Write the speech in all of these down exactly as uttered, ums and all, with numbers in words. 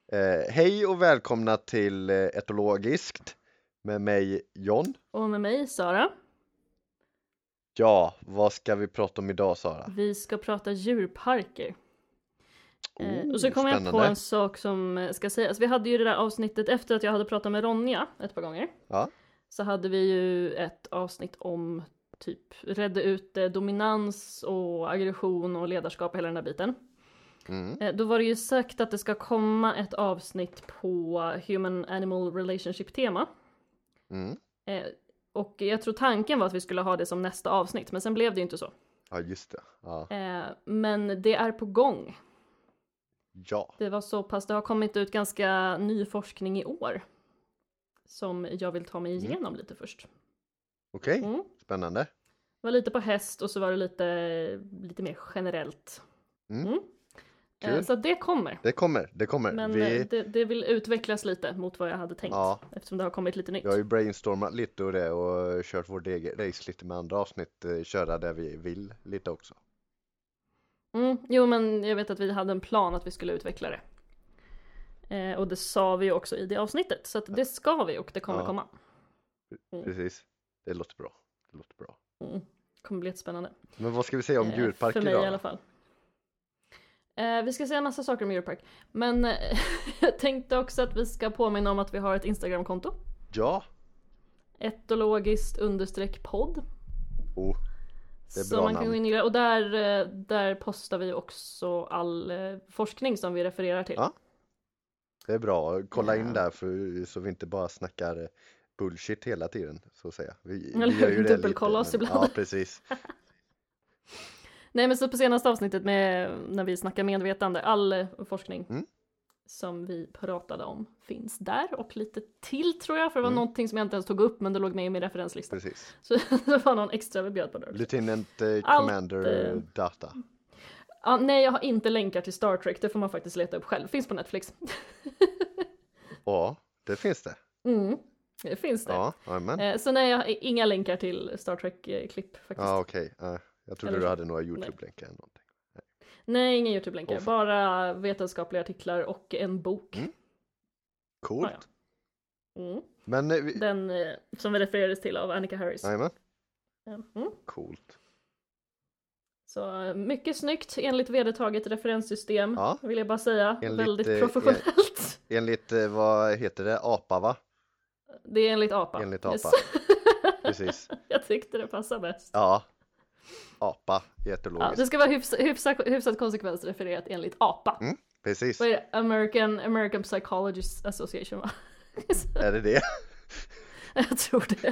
Eh, hej och välkomna till eh, Etologiskt med mig John. Och med mig, Sara. Ja, vad ska vi prata om idag, Sara? Vi ska prata djurparker. Eh, Oh, och så kom jag på spännande. en sak som eh, ska sägas. Vi hade ju det där avsnittet efter att jag hade pratat med Ronja ett par gånger. Ja. Så hade vi ju ett avsnitt om typ rädda ut eh, dominans och aggression och ledarskap och hela den där biten. Mm. Eh, då var det ju sagt att det ska komma ett avsnitt på Human Animal Relationship tema. Mm. Eh, och jag tror tanken var att vi skulle ha det som nästa avsnitt, men sen blev det ju inte så. Ja, just det. Ja. Eh, men det är på gång. Ja. Det var så pass, det har kommit ut ganska ny forskning i år. Som jag vill ta mig igenom mm. lite först. Okej, Mm. spännande. Det var lite på häst och så var det lite, lite mer generellt. Mm. Mm. Kul. Eh, så det kommer. Det kommer, det kommer. Men vi... det, det vill utvecklas lite mot vad jag hade tänkt. Ja. Eftersom det har kommit lite nytt. Jag har ju brainstormat lite och det och kört vårt eget race lite med andra avsnitt. eh, Köra där vi vill lite också. Mm, jo, men jag vet att vi hade en plan att vi skulle utveckla det. Eh, och det sa vi ju också i det avsnittet. Så att det ska vi och det kommer Ja. komma. Mm. Precis, det låter bra. Det låter bra. Mm. Det kommer bli jättespännande. Men vad ska vi säga om eh, djurparker För mig idag? i alla fall. Eh, vi ska säga en massa saker om djurpark. Men eh, jag tänkte också att vi ska påminna om att vi har ett Instagramkonto. Ja. Etologiskt understreck podd. Oh. Det är så bra man kan namn. gå in och gilla. Och där, eh, där postar vi också all eh, forskning som vi refererar till. Ja. Det är bra, kolla in Ja. där för, så vi inte bara snackar bullshit hela tiden, så att säga. Vi, Eller vi gör ju det dubbelkolla lite, oss men- ibland. Ja, precis. Nej, men så på senaste avsnittet med, när vi snackar medvetande, all eh, forskning Mm. som vi pratade om finns där och lite till tror jag, för det var Mm. någonting som jag inte ens tog upp men det låg med i min referenslista. Precis. Så det var någon extra vi bjöd på det också. Lieutenant eh, Allt, Commander eh, Data. Ja, nej, jag har inte länkar till Star Trek, det får man faktiskt leta upp själv. Finns på Netflix. Ja, det finns det. Mm, det finns det. Ja, amen. Eh, så nej, jag har inga länkar till Star Trek-klipp faktiskt. Ja, okej. Ja, jag trodde Eller du så. hade några YouTube-länkar eller någonting. Nej, inga YouTube-länkar. Åh, fan. Bara vetenskapliga artiklar och en bok. Mm. Coolt. Ja, Mm. Men, eh, vi... Den eh, som vi refererades till av Annika Harris. Jajamän. Mm. Coolt. Så eh, mycket snyggt enligt vedertaget referenssystem, Ja. vill jag bara säga. Enligt, Väldigt eh, professionellt. Enligt, eh, vad heter det? APA, va? Det är enligt APA. Enligt APA. Yes. Precis. Jag tyckte det passar bäst. Ja. APA, Ja, jättelogiskt. det ska vara hyfs, hyfsat, hyfsat konsekvensrefererat enligt APA. Mm, precis. Vad är det? American, American Psychologist Association, va? Är det det? Jag tror det.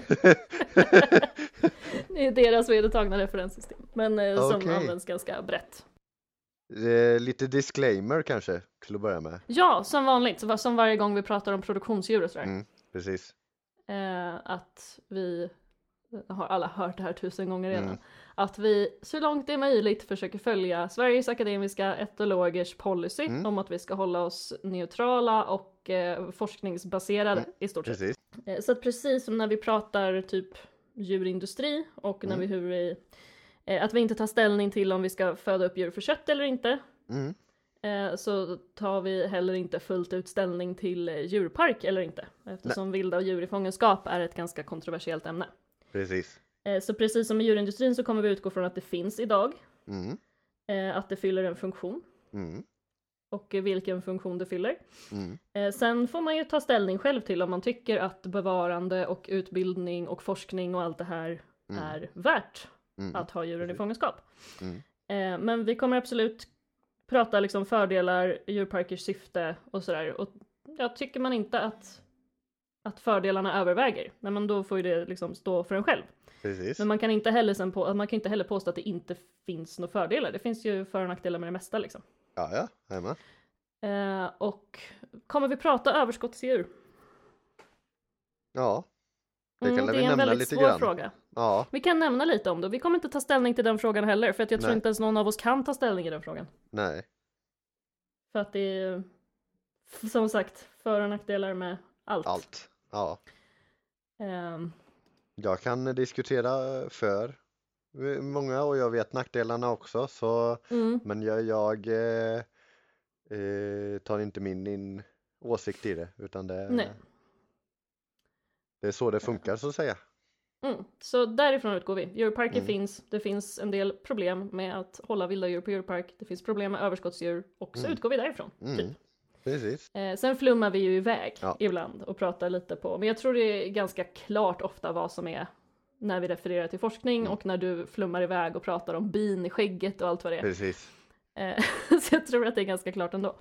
Det är deras vedertagna referenssystem. Men eh, som Okej. används ganska brett. Eh, lite disclaimer kanske till att börja med. Ja, som vanligt. Så var- Som varje gång vi pratar om produktionsdjur och sådär. Mm, precis. Eh, att vi, har alla hört det här tusen gånger redan. Mm. Att vi så långt det är möjligt försöker följa Sveriges akademiska etologers policy. Mm. Om att vi ska hålla oss neutrala och eh, forskningsbaserade Mm, i stort sett. Precis. Eh, Så att precis som när vi pratar typ djurindustri och när Mm. vi, hur vi, eh, att vi inte tar ställning till om vi ska föda upp djur för kött eller inte, Mm. eh, så tar vi heller inte fullt ut ställning till eh, djurpark eller inte, eftersom vilda djur i fångenskap är ett ganska kontroversiellt ämne. Precis. Eh, så precis som i djurindustrin så kommer vi utgå från att det finns idag, Mm. eh, att det fyller en funktion Mm. och eh, vilken funktion det fyller. Mm. Eh, sen får man ju ta ställning själv till om man tycker att bevarande och utbildning och forskning och allt det här Mm. är värt Mm. att ha djuren i Precis. fångenskap. Mm. Eh, men vi kommer absolut prata liksom fördelar, djurparkers syfte och sådär. Och jag tycker man inte att, att fördelarna överväger. Nej, men då får ju det liksom stå för en själv. Precis. Men man kan inte heller, sen på, man kan inte heller påstå att det inte finns några fördelar. Det finns ju för- och nackdelar med det mesta liksom. Ja, ja. Jajamän. Eh, och kommer vi prata överskottsdjur? Ja. Det kan Mm, vi det är en nämna väldigt lite svår grann. fråga. Ja. Vi kan nämna lite om det. Vi kommer inte ta ställning till den frågan heller. För att jag tror Nej. inte ens någon av oss kan ta ställning i den frågan. Nej. För att det är, som sagt, för- och nackdelar med allt. Allt. Ja. Ehm, Jag kan diskutera för många och jag vet nackdelarna också. Så, mm, men jag, jag eh, eh, tar inte min in åsikt i det, utan det, Nej. det är så det funkar så att säga. Mm. Så därifrån utgår vi. Djurparker Mm. finns, det finns en del problem med att hålla vilda djur på djurpark, det finns problem med överskottsdjur och så Mm. utgår vi därifrån. Mm. Typ. Precis. Eh, sen flummar vi ju iväg Ja. ibland och pratar lite på, men jag tror det är ganska klart ofta vad som är när vi refererar till forskning Mm. och när du flummar iväg och pratar om bin i skägget och allt vad det är. Precis. Eh, så jag tror att det är ganska klart ändå.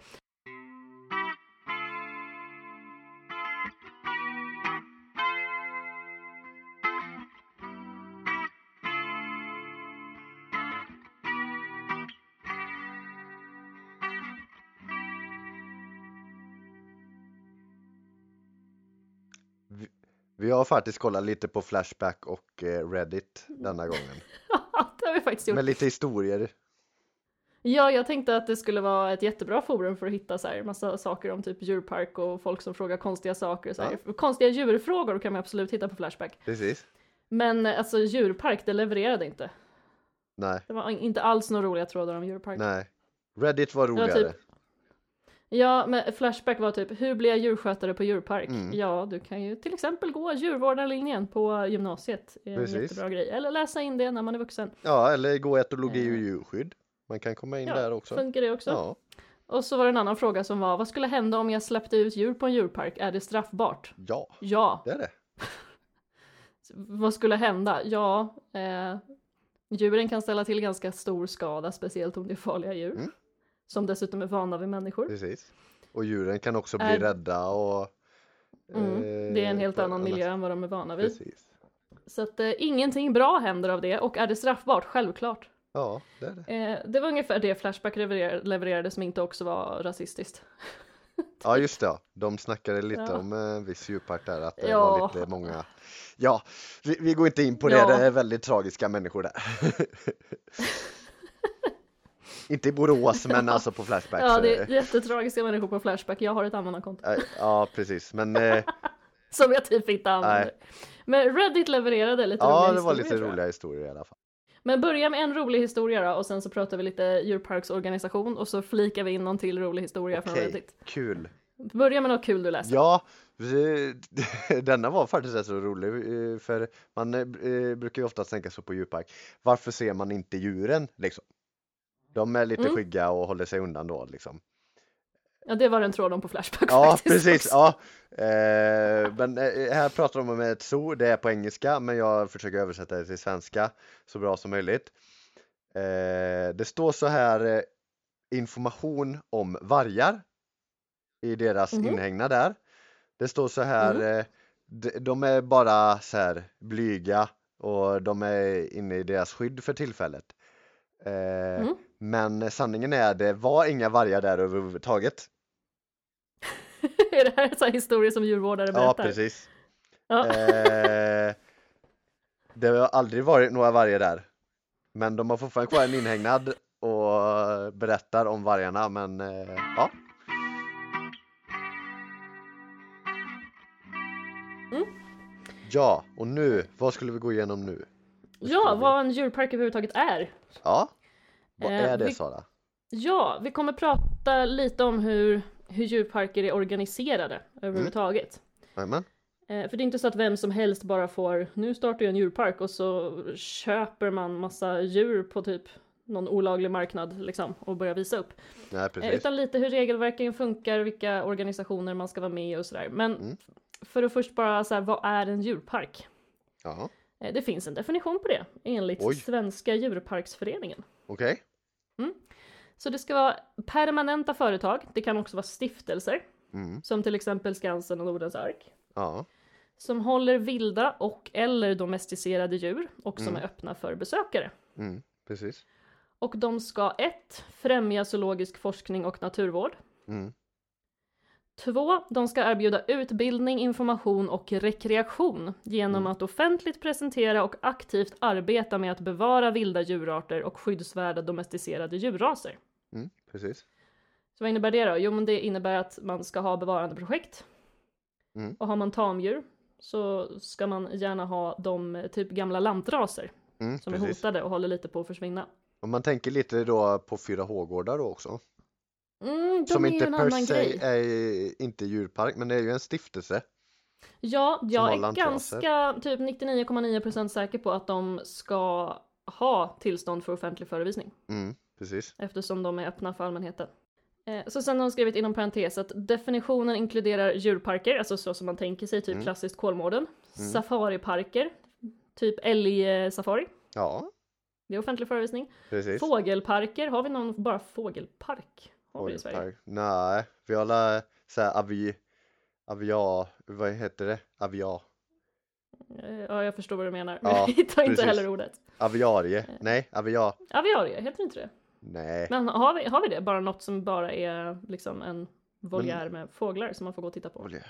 Vi, vi har faktiskt kollat lite på Flashback och eh, Reddit denna gången. Det har vi faktiskt gjort. Med lite historier. Ja, jag tänkte att det skulle vara ett jättebra forum för att hitta så här massa saker om typ djurpark och folk som frågar konstiga saker och så här. Ja. Konstiga djurfrågor kan man absolut hitta på Flashback. Precis. Men alltså djurpark, det levererade inte. Nej, Det var inte alls några roliga trådar om djurpark. nej. Reddit var Det var roligare. typ, ja, men Flashback var typ, hur blir jag djurskötare på djurpark? Mm. Ja, du kan ju till exempel gå djurvårdarlinjen på gymnasiet. Det är en Precis. jättebra grej. Eller läsa in det när man är vuxen. Ja, eller gå etologi och Eh. djurskydd. Man kan komma in Ja, där också. funkar det också? Ja, Och så var det en annan fråga som var, vad skulle hända om jag släppte ut djur på en djurpark? Är det straffbart? ja, Ja. det är det. Vad skulle hända? Ja, eh, djuren kan ställa till ganska stor skada, speciellt om det är farliga djur. Mm. Som dessutom är vana vid människor. Precis. Och djuren kan också bli Är- rädda och... Mm. Det är en helt eh, annan annars- miljö än vad de är vana vid. Precis. Så att eh, ingenting bra händer av det. Och är det straffbart? Självklart. Ja, det är det. Eh, det var ungefär det Flashback leverer- levererade som inte också var rasistiskt. Ja, just det. Ja. De snackade lite Ja. om en viss djurpark där, att det Ja. var lite många... Ja, vi, vi går inte in på det. Ja. Det är väldigt tragiska människor där. Inte i Borås, men alltså på Flashback. Ja, så- det är jättetragiska människor på Flashback. Jag har ett användarkonto. Eh, Ja, precis. Men eh, Som jag typ inte använder. Nej. Men Reddit levererade lite ja, roliga det var historier, lite tror jag. roliga historier i alla fall. Men börja med en rolig historia då, och sen så pratar vi lite djurparksorganisation och så flikar vi in någon till rolig historia från Okej, Reddit. kul. Börja med något kul du läste. Ja, eh, denna var faktiskt rätt så rolig, eh, för man eh, brukar ju ofta tänka så på djurpark. Varför ser man inte djuren liksom? De är lite Mm. skygga och håller sig undan då liksom. Ja, det var en tråd om på Flashback Ja, faktiskt precis. också. Ja. Eh, men eh, här pratar de om ett zoo, det är på engelska, men jag försöker översätta det till svenska så bra som möjligt. Eh, det står så här, eh, information om vargar i deras Mhm. inhägnad där. Det står så här, Mm. eh, de, de är bara så här blyga och de är inne i deras skydd för tillfället. Eh, Mm. Men sanningen är, det var inga vargar där överhuvudtaget. Är det här en sån här historia som djurvårdare Ja, berättar? precis. Ja. Eh, det har aldrig varit några vargar där. Men de har fortfarande kvar en inhägnad och berättar om vargarna, men eh, ja. Mm. Ja, och nu, vad skulle vi gå igenom nu? Ja, vad en djurpark överhuvudtaget är. Ja, vad Eh, är det, vi- Sara? Ja, vi kommer prata lite om hur, hur djurparker är organiserade överhuvudtaget. Jajamän. Eh, för det är inte så att vem som helst bara får, nu startar jag en djurpark och så köper man massa djur på typ någon olaglig marknad liksom och börjar visa upp. Nej, Eh, precis. utan lite hur regelverken funkar, vilka organisationer man ska vara med i och sådär. Men Mm. för att först bara så här, vad är en djurpark? Ja, Eh, det finns en definition på det enligt Oj. Svenska djurparksföreningen. okej. Så det ska vara permanenta företag, det kan också vara stiftelser, Mm. som till exempel Skansen och Nordens Ark, Ja, som håller vilda och eller domesticerade djur och som Mm. är öppna för besökare. mm. precis. Och de ska ett främja zoologisk forskning och naturvård. Mm. två De ska erbjuda utbildning, information och rekreation genom Mm. att offentligt presentera och aktivt arbeta med att bevara vilda djurarter och skyddsvärda domesticerade djurraser. Mm. Precis. Så vad innebär det då? Jo, men det innebär att man ska ha bevarandeprojekt. Mm. Och har man tamdjur så ska man gärna ha de typ gamla lantraser Mm. som är Precis. hotade och håller lite på att försvinna. Om man tänker lite då på fyra H-gårdar då också. Mm, de Som är ju inte en per annan se grej. är inte djurpark, men det är ju en stiftelse. Ja, har jag är lantraser. ganska typ nittionio komma nio procent säker på att de ska ha tillstånd för offentlig förevisning. Mm, precis. Eftersom de är öppna för allmänheten. Eh, så sen har de skrivit inom parentes att definitionen inkluderar djurparker, alltså så som man tänker sig, typ Mm. klassiskt Kolmården. Mm. Safariparker, typ älgsafari. Ja, Det är offentlig förevisning. precis. Fågelparker, har vi någon bara fågelpark? Har vi i Sverige? Fågelpark. Nej, vi har alla såhär avi, avia, vad heter det? Avia, Eh, Ja, jag förstår vad du menar. Men Ja, jag hittar inte precis. heller ordet. aviarie. Nej, avia. Aviarie, heter inte det? Nej. Men har vi, har vi det? Bara något som bara är liksom en voljär med fåglar som man får gå och titta på? Olja.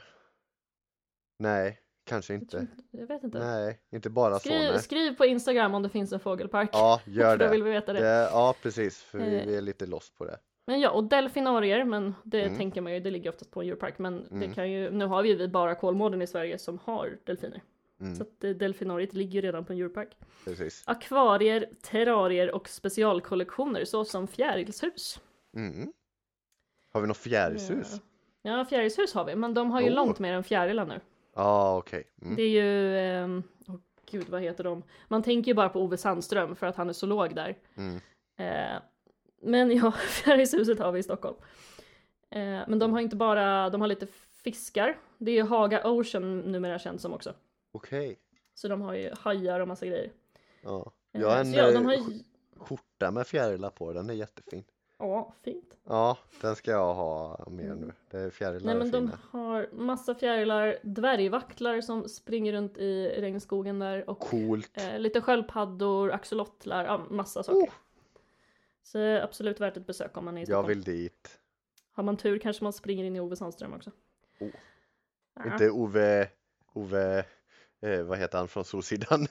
Nej, kanske Jag, tror inte. inte, jag vet inte. Nej, inte bara så. Skriv, Nej. skriv på Instagram om det finns en fågelpark. Ja, gör För då det. vill vi veta det. det. Ja, precis. För vi, Eh. vi är lite lost på det. Men ja, och delfinarier, men det Mm. tänker man ju, det ligger oftast på en djurpark. Men det Mm. kan ju, nu har vi ju vi bara Kolmården i Sverige som har delfiner. Mm, Så att eh, delfinariet ligger ju redan på en djurpark. precis. Akvarier, terrarier och specialkollektioner såsom fjärilshus. Mm. Har vi något fjärishus? Ja, ja fjärilshus har vi, men de har ju Oh. långt mer än fjärilar nu. Ja, ah, okej. Mm. Det är ju, ehm, åh gud vad heter de? Man tänker ju bara på Ove Sandström för att han är så låg där. Mm. Eh, men ja, fjärilshuset har vi i Stockholm. Eh, men de har inte bara, de har lite fiskar. Det är ju Haga Ocean numera känt som också. Okej. Så de har ju hajar och massa grejer. Ja. Eh, Jag har en så ja, de eh, har ju, sk- skjorta med fjärilar på, den är jättefin. ja, fint. Ja, den ska jag ha med nu. Det är fjärilar Nej men är de fina. har massa fjärilar, dvärgvaktlar som springer runt i regnskogen där och Coolt. eh, lite sköldpaddor, axolottlar, ja, massa saker. Oh. Så det är absolut värt ett besök om man är i Jag Stockholm. vill dit. Har man tur kanske man springer in i Ove Sandström också. Oh. Ja. Inte Ove, Ove, eh, vad heter han från Solsidan?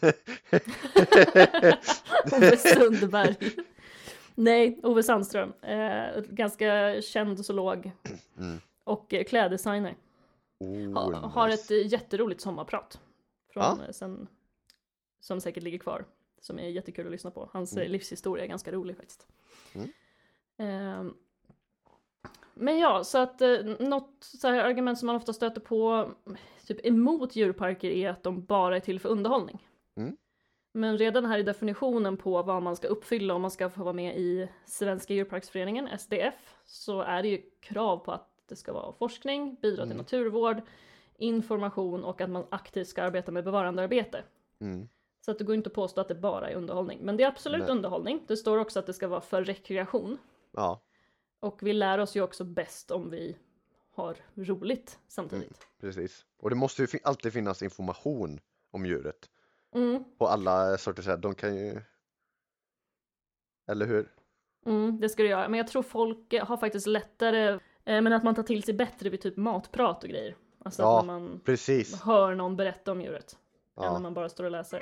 Ove Sundberg. Nej, Ove Sandström. Eh, ganska känd zoolog. Mm. Och eh, kläddesigner. Oh, Ha, har nice. ett eh, jätteroligt sommarprat. Från, Ja. eh, sen, som säkert ligger kvar. Som är jättekul att lyssna på. Hans Mm. eh, livshistoria är ganska rolig faktiskt. Mm. Ehm, men ja, så att eh, något så här argument som man ofta stöter på typ emot djurparker är att de bara är till för underhållning. Mm. Men redan här i definitionen på vad man ska uppfylla om man ska få vara med i Svenska djurparksföreningen, S D F, så är det ju krav på att det ska vara forskning, bidra till Mm. naturvård, information och att man aktivt ska arbeta med bevarandearbete. Mm. Så att det går inte att påstå att det bara är underhållning. Men det är absolut Nej. underhållning. Det står också att det ska vara för rekreation. Ja, Och vi lär oss ju också bäst om vi har roligt samtidigt. precis. Och det måste ju fin- alltid finnas information om djuret. Mm, På alla sorters sätt. De kan ju... Eller hur? mm, det ska det göra. Men jag tror folk har faktiskt lättare, eh, men att man tar till sig bättre vid typ matprat och grejer. Alltså Ja. att när man Precis. hör någon berätta om djuret. Än när Ja. man bara står och läser.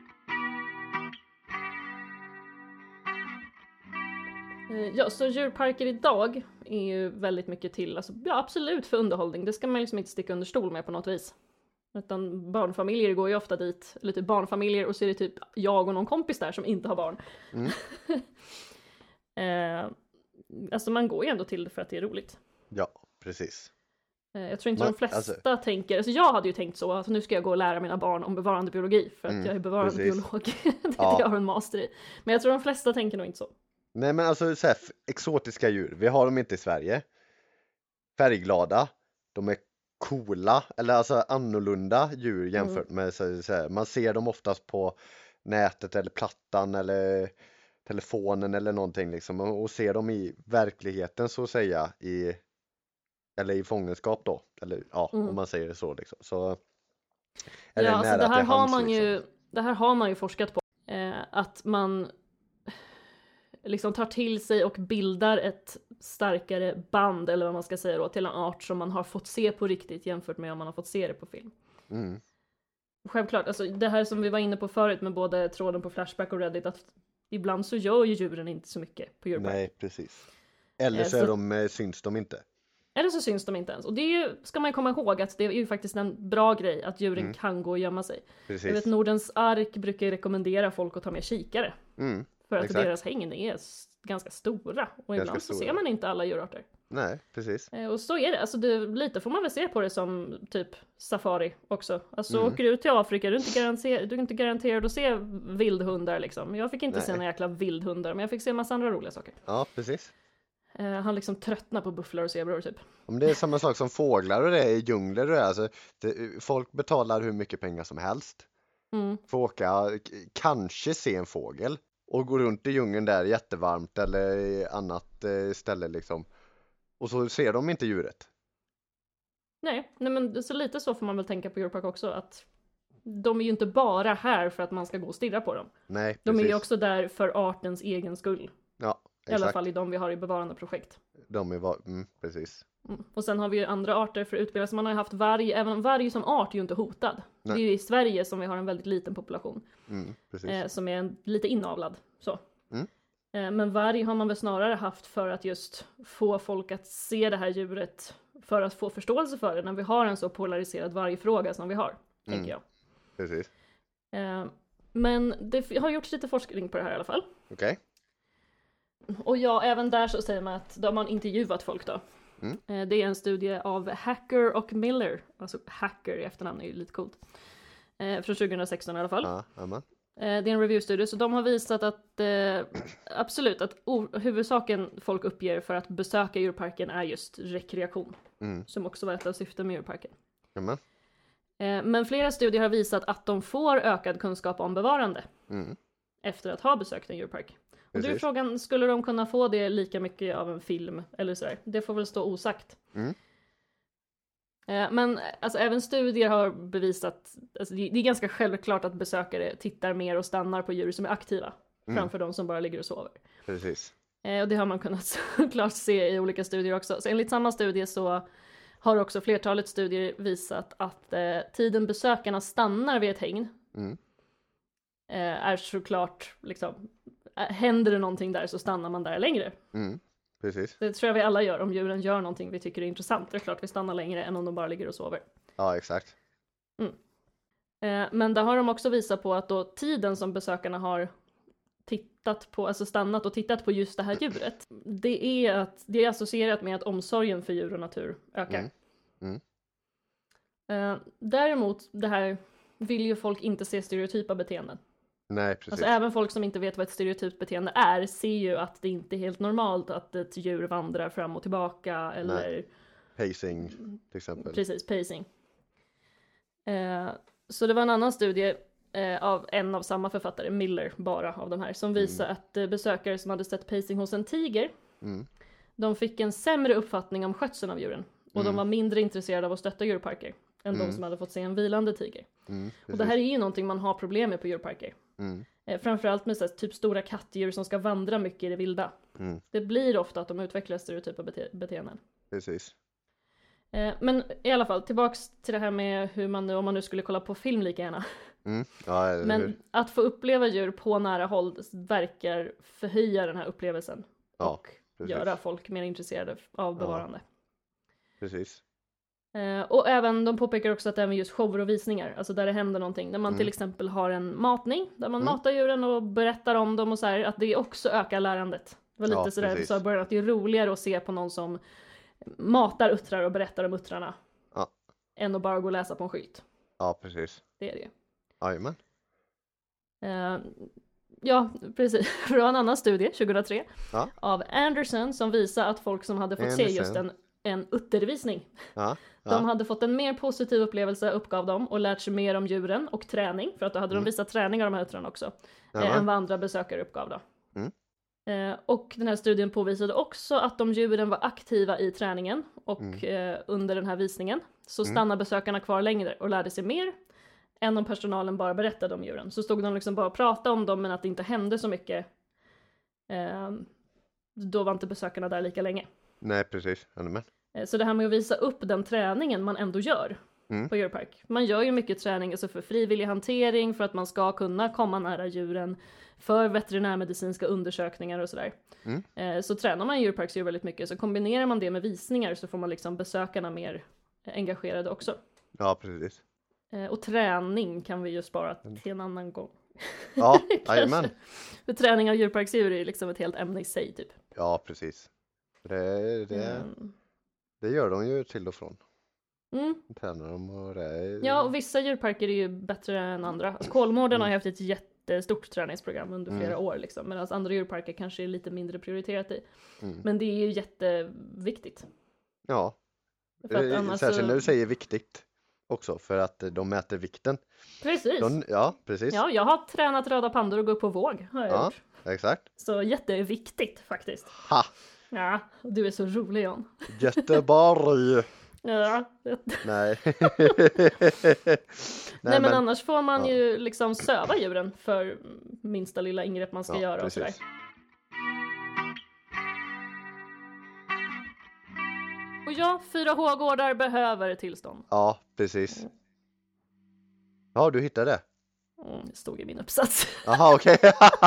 Eh, Ja, så djurparker idag är ju väldigt mycket till, alltså, ja absolut för underhållning, det ska man liksom inte sticka under stol med på något vis. Utan barnfamiljer går ju ofta dit, eller typ barnfamiljer och så är det typ jag och någon kompis där som inte har barn. Mm. eh, alltså man går ju ändå till det för att det är roligt. Ja, precis. Eh, jag tror inte Man- de flesta tänker, alltså jag hade ju tänkt så, alltså nu ska jag gå och lära mina barn om bevarandebiologi för att Mm, jag är bevarandebiolog. det är Ja. det jag har en master i. Men jag tror de flesta tänker nog inte så. Nej men alltså så här, f- exotiska djur, vi har dem inte i Sverige. Färgglada, de är coola, eller alltså annorlunda djur jämfört med så, så här, man ser dem oftast på nätet eller plattan eller telefonen eller någonting liksom och, och ser dem i verkligheten så att säga i eller i fångenskap då, eller ja Mm. om man säger det så liksom. Så är Ja, alltså nära det här till har hands, man liksom. ju, det här har man ju forskat på. Eh, att man liksom tar till sig och bildar ett starkare band, eller vad man ska säga då, till en art som man har fått se på riktigt jämfört med om man har fått se det på film. Mm. Självklart, alltså det här som vi var inne på förut med både tråden på Flashback och Reddit, att ibland så gör ju djuren inte så mycket på djurpark. Nej, precis. Eller Eh, så, så- är de, eh, syns de inte. Eller så syns de inte ens. Och det är ju, ska man ju komma ihåg att det är ju faktiskt en bra grej att djuren Mm. kan gå och gömma sig. Jag vet Precis. Nordens ark brukar ju rekommendera folk att ta med kikare. Mm. För att Exakt. deras hägn är s- ganska stora. Och ibland så stora. ser man inte alla djurarter. Nej, precis. Eh, och så är det, alltså det, lite får man väl se på det som typ safari också. Alltså Mm. åker du ut till Afrika, du är inte, garanter, du är inte garanterad att se vildhundar liksom. Jag fick inte Nej. se några jäkla vildhundar, men jag fick se en massa andra roliga saker. Ja, precis. Eh, han liksom tröttnar på bufflar och zebror typ. Om det är samma sak som fåglar och det är i djungler och det är, alltså, det, folk betalar hur mycket pengar som helst. Mm. För att åka, k- kanske se en fågel och gå runt i djungeln där jättevarmt eller i annat eh, ställe liksom. Och så ser de inte djuret. Nej, nej, men så lite så får man väl tänka på Europark också, att de är ju inte bara här för att man ska gå och stirra på dem. Nej, precis. De är ju också där för artens egen skull. Ja, I alla exakt. fall i de vi har i bevarande projekt. De är, va- mm, precis. Mm. Och sen har vi ju andra arter för utbildning. Man har ju haft varg, även varg som art är ju inte hotad. Nej. Det är ju i Sverige som vi har en väldigt liten population. Mm, precis. Eh, som är en, lite inavlad. Så. Mm. Eh, men varg har man väl snarare haft för att just få folk att se det här djuret. För att få förståelse för det när vi har en så polariserad vargfråga som vi har. Mm. Tänker jag. Precis. Eh, men det har gjorts lite forskning på det här i alla fall. Okej. Och ja, även där så säger man att de har intervjuat folk då. Mm. Eh, Det är en studie av Hacker och Miller. Alltså Hacker i efternamn är ju lite coolt. Eh, från tjugohundrasexton i alla fall. Ja, amen. Eh, det är en reviewstudie, så de har visat att eh, absolut att o- huvudsaken folk uppger för att besöka djurparken är just rekreation. Mm. Som också var ett av syften med djurparken. Amen. Eh, men flera studier har visat att de får ökad kunskap om bevarande Mm. efter att ha besökt en djurpark. Och då är Precis. frågan, skulle de kunna få det lika mycket av en film eller sådär? Det får väl stå osagt. Mm. Eh, Men alltså, även studier har bevisat, alltså, det det är ganska självklart att besökare tittar mer och stannar på djur som är aktiva Mm. framför de som bara ligger och sover. Precis. Eh, Och det har man kunnat såklart se i olika studier också. Så enligt samma studie så har också flertalet studier visat att eh, tiden besökarna stannar vid ett hägn Mm. eh, är såklart liksom, eh, händer det någonting där så stannar man där längre. Mm. Precis. Det tror jag vi alla gör om djuren gör någonting vi tycker är intressant. Det är klart vi stannar längre än om de bara ligger och sover. Ja, exakt. Eh, Men där har de också visat på att då tiden som besökarna har tittat på, alltså stannat och tittat på just det här djuret. Det är, att, det är associerat med att omsorgen för djur och natur ökar. Mm. Mm. Eh, Däremot, det här vill ju folk inte se stereotypa beteenden. Nej, precis. Alltså även folk som inte vet vad ett stereotypt beteende är ser ju att det inte är helt normalt att ett djur vandrar fram och tillbaka eller Pacing, till exempel. precis, pacing. Eh, så det var en annan studie eh, av en av samma författare, Miller, bara av de här, som visar att eh, besökare som hade sett pacing hos en tiger, Mm. de fick en sämre uppfattning om skötseln av djuren. Och de var mindre intresserade av att stötta djurparker än de som hade fått se en vilande tiger. Mm. Och det här är ju någonting man har problem med på djurparker. Mm. Eh, framförallt med så här, typ stora kattdjur som ska vandra mycket i det vilda. Mm. Det blir ofta att de utvecklar stereotypa bete- beteenden. Precis. Eh, men i alla fall, tillbaks till det här med hur man nu, om man nu skulle kolla på film lika gärna. Mm. Ja, eller Men hur? att få uppleva djur på nära håll verkar förhöja den här upplevelsen. Ja, och precis. göra folk mer intresserade av bevarande. Precis. Eh, och även, de påpekar också att även just shower och visningar, alltså där det händer någonting, där man Mm. till exempel har en matning, där man Mm. matar djuren och berättar om dem och så här, att det också ökar lärandet. Det var lite Ja, sådär vi precis. sa i början, att det är roligare att se på någon som matar uttrar och berättar om uttrarna. Ja. Än att bara gå och läsa på en skylt. Ja, precis. Det är det ju. Jajamän. Eh, ja, precis. Det var en annan studie, tjugohundratre, Ja. av Anderson som visar att folk som hade fått se Anderson. just en, en uttervisning, Ja. de Ja. hade fått en mer positiv upplevelse, uppgav de, och lärt sig mer om djuren och träning, för att då hade de visat träning av de här uttrarna också, eh, Jajamän. än vad andra besökare uppgav då. Mm. Eh, och den här studien påvisade också att om djuren var aktiva i träningen och Mm. eh, under den här visningen, så Mm. stannade besökarna kvar längre och lärde sig mer än om personalen bara berättade om djuren. Så stod de liksom bara och pratade om dem, men att det inte hände så mycket. Eh, då var inte besökarna där lika länge. Nej, precis. Jajamän. Eh, Så det här med att visa upp den träningen man ändå gör Mm. på djurpark. Man gör ju mycket träning alltså för frivillig hantering, för att man ska kunna komma nära djuren, för veterinärmedicinska undersökningar och sådär. Mm. Eh, Så tränar man djurparksdjur väldigt mycket, så kombinerar man det med visningar så får man liksom besökarna mer engagerade också. Ja, precis. Eh, Och träning kan vi ju spara till en annan gång. Ja, Kanske. jajamän. För träning av djurparksdjur är ju liksom ett helt ämne i sig typ. Ja, precis. Det, det, Mm. det gör de ju till och från. Mm. Tränar de och det är... Ja, och vissa djurparker är ju bättre än andra. Alltså, Kolmården Mm. har ju haft ett jättestort träningsprogram under flera Mm. år liksom, medan andra djurparker kanske är lite mindre prioriterat i. Mm. Men det är ju jätteviktigt. Ja, För att Eh, annars särskilt så... när du säger viktigt också, för att eh, de mäter vikten. Precis. De, ja, precis. Ja, jag har tränat röda pandor och gå upp på våg, har jag Ja, gjort. exakt. Så jätteviktigt faktiskt. Ha! Ja, du är så rolig, John. Göteborg! Ja. Nej. Nej, men, annars får man ja. ju liksom söva djuren för minsta lilla ingrepp man ska Ja, göra och sådär. precis. Och ja, fyra H-gårdar behöver tillstånd. Ja, precis. Ja, du hittade det. Mm, det stod i min uppsats. Jaha, okej.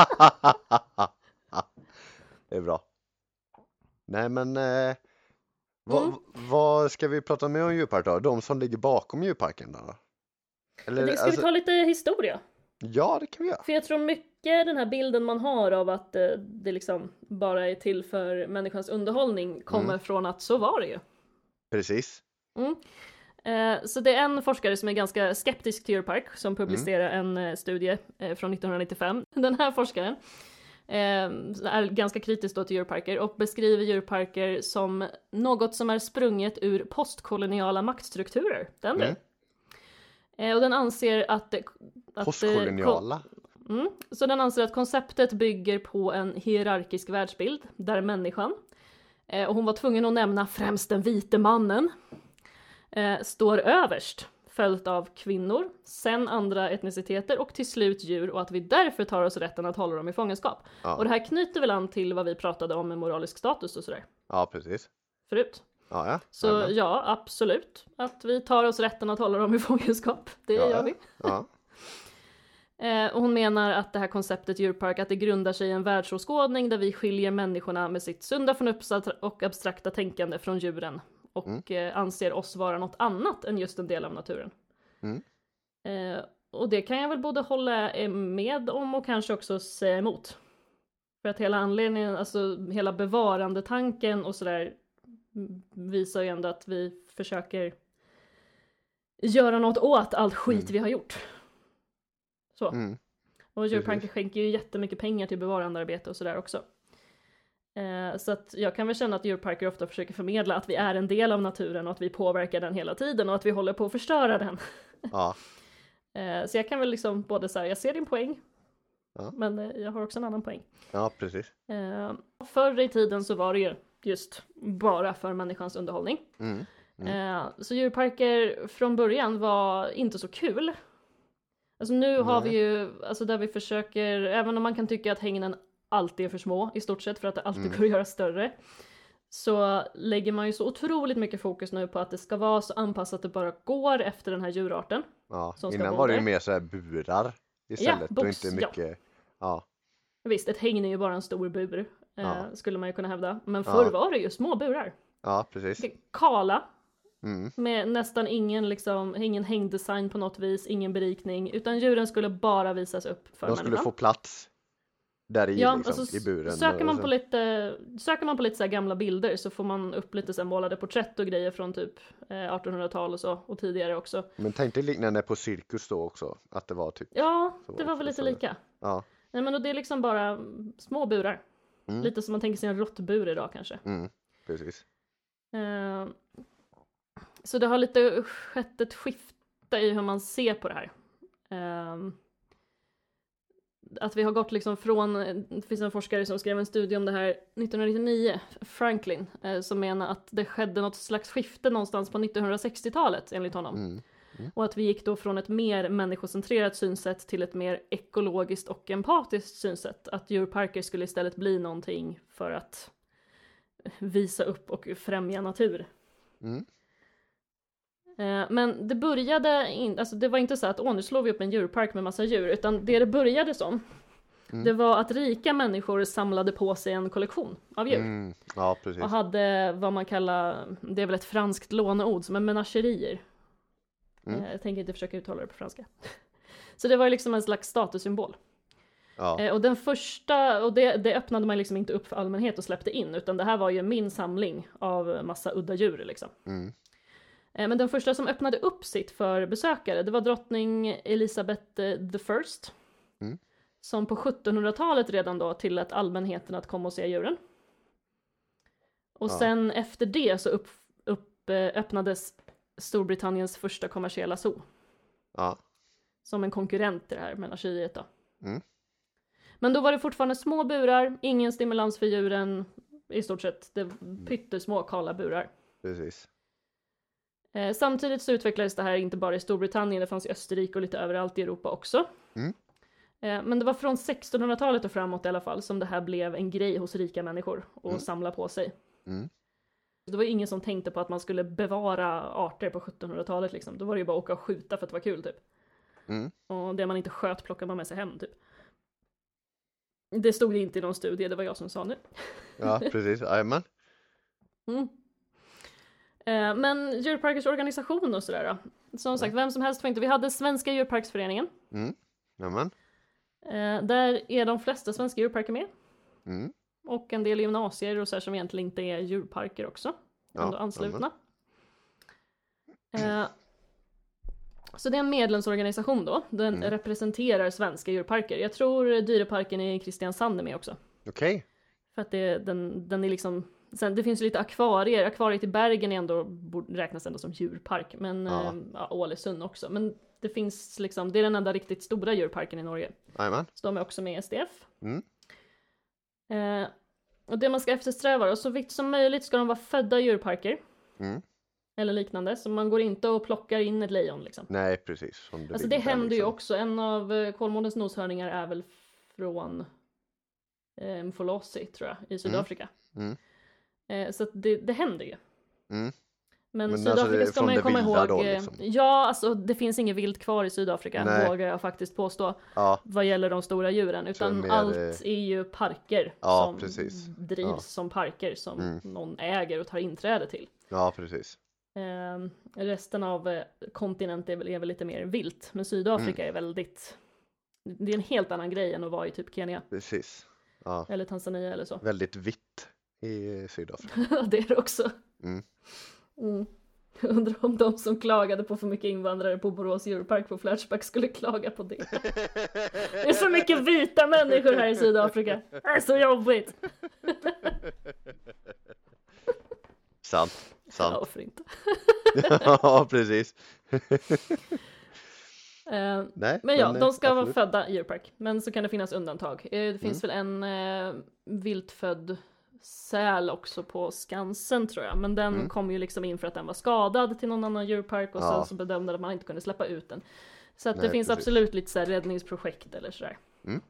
Det är bra. Nej, men eh, vad, Mm. vad ska vi prata mer om djurpark då? De som ligger bakom djurparken då? Eller, Ska alltså, vi ta lite historia? ja, det kan vi göra. För jag tror mycket den här bilden man har av att eh, det liksom bara är till för människans underhållning kommer Mm. från att så var det ju. Precis. Mm. Eh, så det är en forskare som är ganska skeptisk till djurpark som publicerar en eh, studie eh, från nittonhundranittiofem. Den här forskaren eh, är ganska kritisk då till djurparker och beskriver djurparker som något som är sprunget ur postkoloniala maktstrukturer. Den du. Mm. Eh, och den anser att... att eh, Postkoloniala. Mm. Så den anser att konceptet bygger på en hierarkisk världsbild där människan, eh, och hon var tvungen att nämna främst den vite mannen, eh, står överst, följt av kvinnor, sen andra etniciteter och till slut djur, och att vi därför tar oss rätten att hålla dem i fångenskap. Ja. Och det här knyter väl an till vad vi pratade om med moralisk status och sådär Ja, precis. förut. Ja, ja. Så Jajamän. ja, absolut. Att vi tar oss rätten att hålla dem i fångenskap. Det Ja, gör vi. Ja. Eh, och hon menar att det här konceptet djurpark, att det grundar sig i en världsåskådning där vi skiljer människorna med sitt sunda förnuft och abstrakta tänkande från djuren. Och Mm. eh, anser oss vara något annat än just en del av naturen. Mm. Eh, och det kan jag väl både hålla eh, med om och kanske också säga emot. För att hela anledningen, alltså hela bevarandetanken och sådär visar ju ändå att vi försöker göra något åt allt skit Mm. vi har gjort. Så. Mm. Och djurparker Precis. skänker ju jättemycket pengar till bevarandearbete och sådär också. Eh, så att jag kan väl känna att djurparker ofta försöker förmedla att vi är en del av naturen och att vi påverkar den hela tiden och att vi håller på att förstöra den. Ja. Eh, så jag kan väl liksom både säga, jag ser din poäng, Ja. men eh, jag har också en annan poäng. Ja, precis. Eh, förr i tiden så var det ju just bara för människans underhållning. Mm. Eh, så djurparker från början var inte så kul. Alltså nu har Nej. vi ju, alltså där vi försöker, även om man kan tycka att hängnen alltid är för små i stort sett för att det alltid Mm. går att göra större, så lägger man ju så otroligt mycket fokus nu på att det ska vara så anpassat det bara går efter den här djurarten. Ja. Som ska Innan bo var det ju där. mer så här burar istället och box, inte ja. mycket. Ja. Visst, ett hägn är ju bara en stor bur, eh, Ja. skulle man ju kunna hävda. Men förr Ja. var det ju små burar. Ja, precis. Kala, Mm. med nästan ingen, liksom, ingen hängdesign på något vis, ingen berikning, utan djuren skulle bara visas upp för De skulle människan. få plats där i, Ja, liksom, alltså, i buren. söker man och på så- lite, söker man på lite så här gamla bilder så får man upp lite så här målade porträtt och grejer från typ eh, artonhundratal och så, och tidigare också. Men tänk dig liknande på cirkus då också, att det var typ, Ja, Så det var väl också lite så- lika. ja. Nej, men och det är liksom bara små burar. Mm. Lite som man tänker sig en råttbur idag kanske. Mm. Precis. Eh, så det har lite skett ett skifte i hur man ser på det här. Eh, att vi har gått liksom från, det finns en forskare som skrev en studie om det här nittonhundranittionio, Franklin, eh, som menar att det skedde något slags skifte någonstans på nittonhundrasextiotalet enligt honom. Mm. Och att vi gick då från ett mer människocentrerat synsätt till ett mer ekologiskt och empatiskt synsätt. Att djurparker skulle istället bli någonting för att visa upp och främja natur. Mm. Eh, Men det började, in, alltså det var inte så att åh, nu slår vi upp en djurpark med massa djur, utan det det började som, Mm. det var att rika människor samlade på sig en kollektion av djur. Mm. Ja, precis. Och hade vad man kallar, det är väl ett franskt låneord, som är menagerier. Mm. Eh, Jag tänker inte försöka uttala det på franska. Så det var ju liksom en slags statussymbol. Ja. Eh, och den första, och det, det öppnade man liksom inte upp för allmänhet och släppte in, utan det här var ju min samling av massa udda djur liksom. Mm. Eh, men den första som öppnade upp sitt för besökare, det var drottning Elisabeth eh, the First. Mm. Som på sjuttonhundratalet redan då tillät allmänheten att komma och se djuren. Och Ja. sen efter det så upp, upp, eh, öppnades Storbritanniens första kommersiella zoo. Ja. Som en konkurrent till det här menageriet då. Mm. Men då var det fortfarande små burar, ingen stimulans för djuren, i stort sett. Det var pyttesmå kala burar. Precis. Eh, samtidigt så utvecklades det här inte bara i Storbritannien, det fanns i Österrike och lite överallt i Europa också. Mm. Eh, men det var från sextonhundratalet och framåt i alla fall som det här blev en grej hos rika människor och Mm. samla på sig. Mm. Det var ingen som tänkte på att man skulle bevara arter på sjuttonhundratalet liksom. Då var det ju bara att åka och skjuta för att det var kul typ. Mm. Och det man inte sköt plockade man med sig hem typ. Det stod inte i någon studie, det var jag som sa nu. Ja, precis. Jajamän. Mm. Eh, men djurparkers organisation och sådär då. Som sagt, vem som helst får inte. Vi hade Svenska djurparksföreningen. Mm. Jajamän. Eh, där är de flesta svenska djurparker med. Mm. Och en del gymnasier och så här som egentligen inte är djurparker också. Ja, Ändå anslutna. Eh, så det är en medlemsorganisation då. Den Mm. representerar svenska djurparker. Jag tror Dyreparken i Kristiansand är med också. Okej. För att det, den, den är liksom... Sen, det finns ju lite akvarier. Akvariet i Bergen är ändå, borde räknas ändå som djurpark. Men Ja. eh, ja, Ålesund också. Men det finns liksom... Det är den enda riktigt stora djurparken i Norge. Jajamän. Så de är också med i S D F. Mm. Eh, och det man ska eftersträva, och så vitt som möjligt ska de vara födda i djurparker. Mm. Eller liknande. Så man går inte och plockar in ett lejon liksom. Nej, precis. Som du Alltså vill det där, händer ju liksom. också. En av eh, Kolmårdens noshörningar är väl från eh, Mfolasi tror jag, i Sydafrika. Mm. Eh, så att det, det händer ju. Mm. Men, Men Sydafrika alltså det är ska från man ju det komma vilda ihåg. då, eh, liksom. Ja, alltså det finns inget vilt kvar i Sydafrika, Nej. vågar jag faktiskt påstå. Ja. Vad gäller de stora djuren. Så Utan mer, allt eh, är ju parker Ja, som precis. drivs Ja. som parker som Mm. någon äger och tar inträde till. Ja, precis. Eh, resten av eh, kontinenten är väl, är väl lite mer vilt. Men Sydafrika Mm. är väldigt... Det är en helt annan grej än att vara i typ Kenya. Precis. Ja. Eller Tanzania eller så. Väldigt vitt i Sydafrika. Det är det också. Mm. Mm. Jag undrar om de som klagade på för mycket invandrare på Borås djurpark på Flashback skulle klaga på det. Det är så mycket vita människor här i Sydafrika. Det är så jobbigt. Sant. Ja, Sant. varför inte? Ja, precis. Eh, Nej, men ja, eh, de ska absolut. vara födda i djurpark. Men så kan det finnas undantag. Eh, det finns väl en eh, viltfödd säl också på Skansen tror jag. Men den Mm. kom ju liksom in för att den var skadad till någon annan djurpark. Och Ja. sen så bedömde att man inte kunde släppa ut den. Så att det Nej, finns precis. absolut lite så här räddningsprojekt eller sådär. Mm.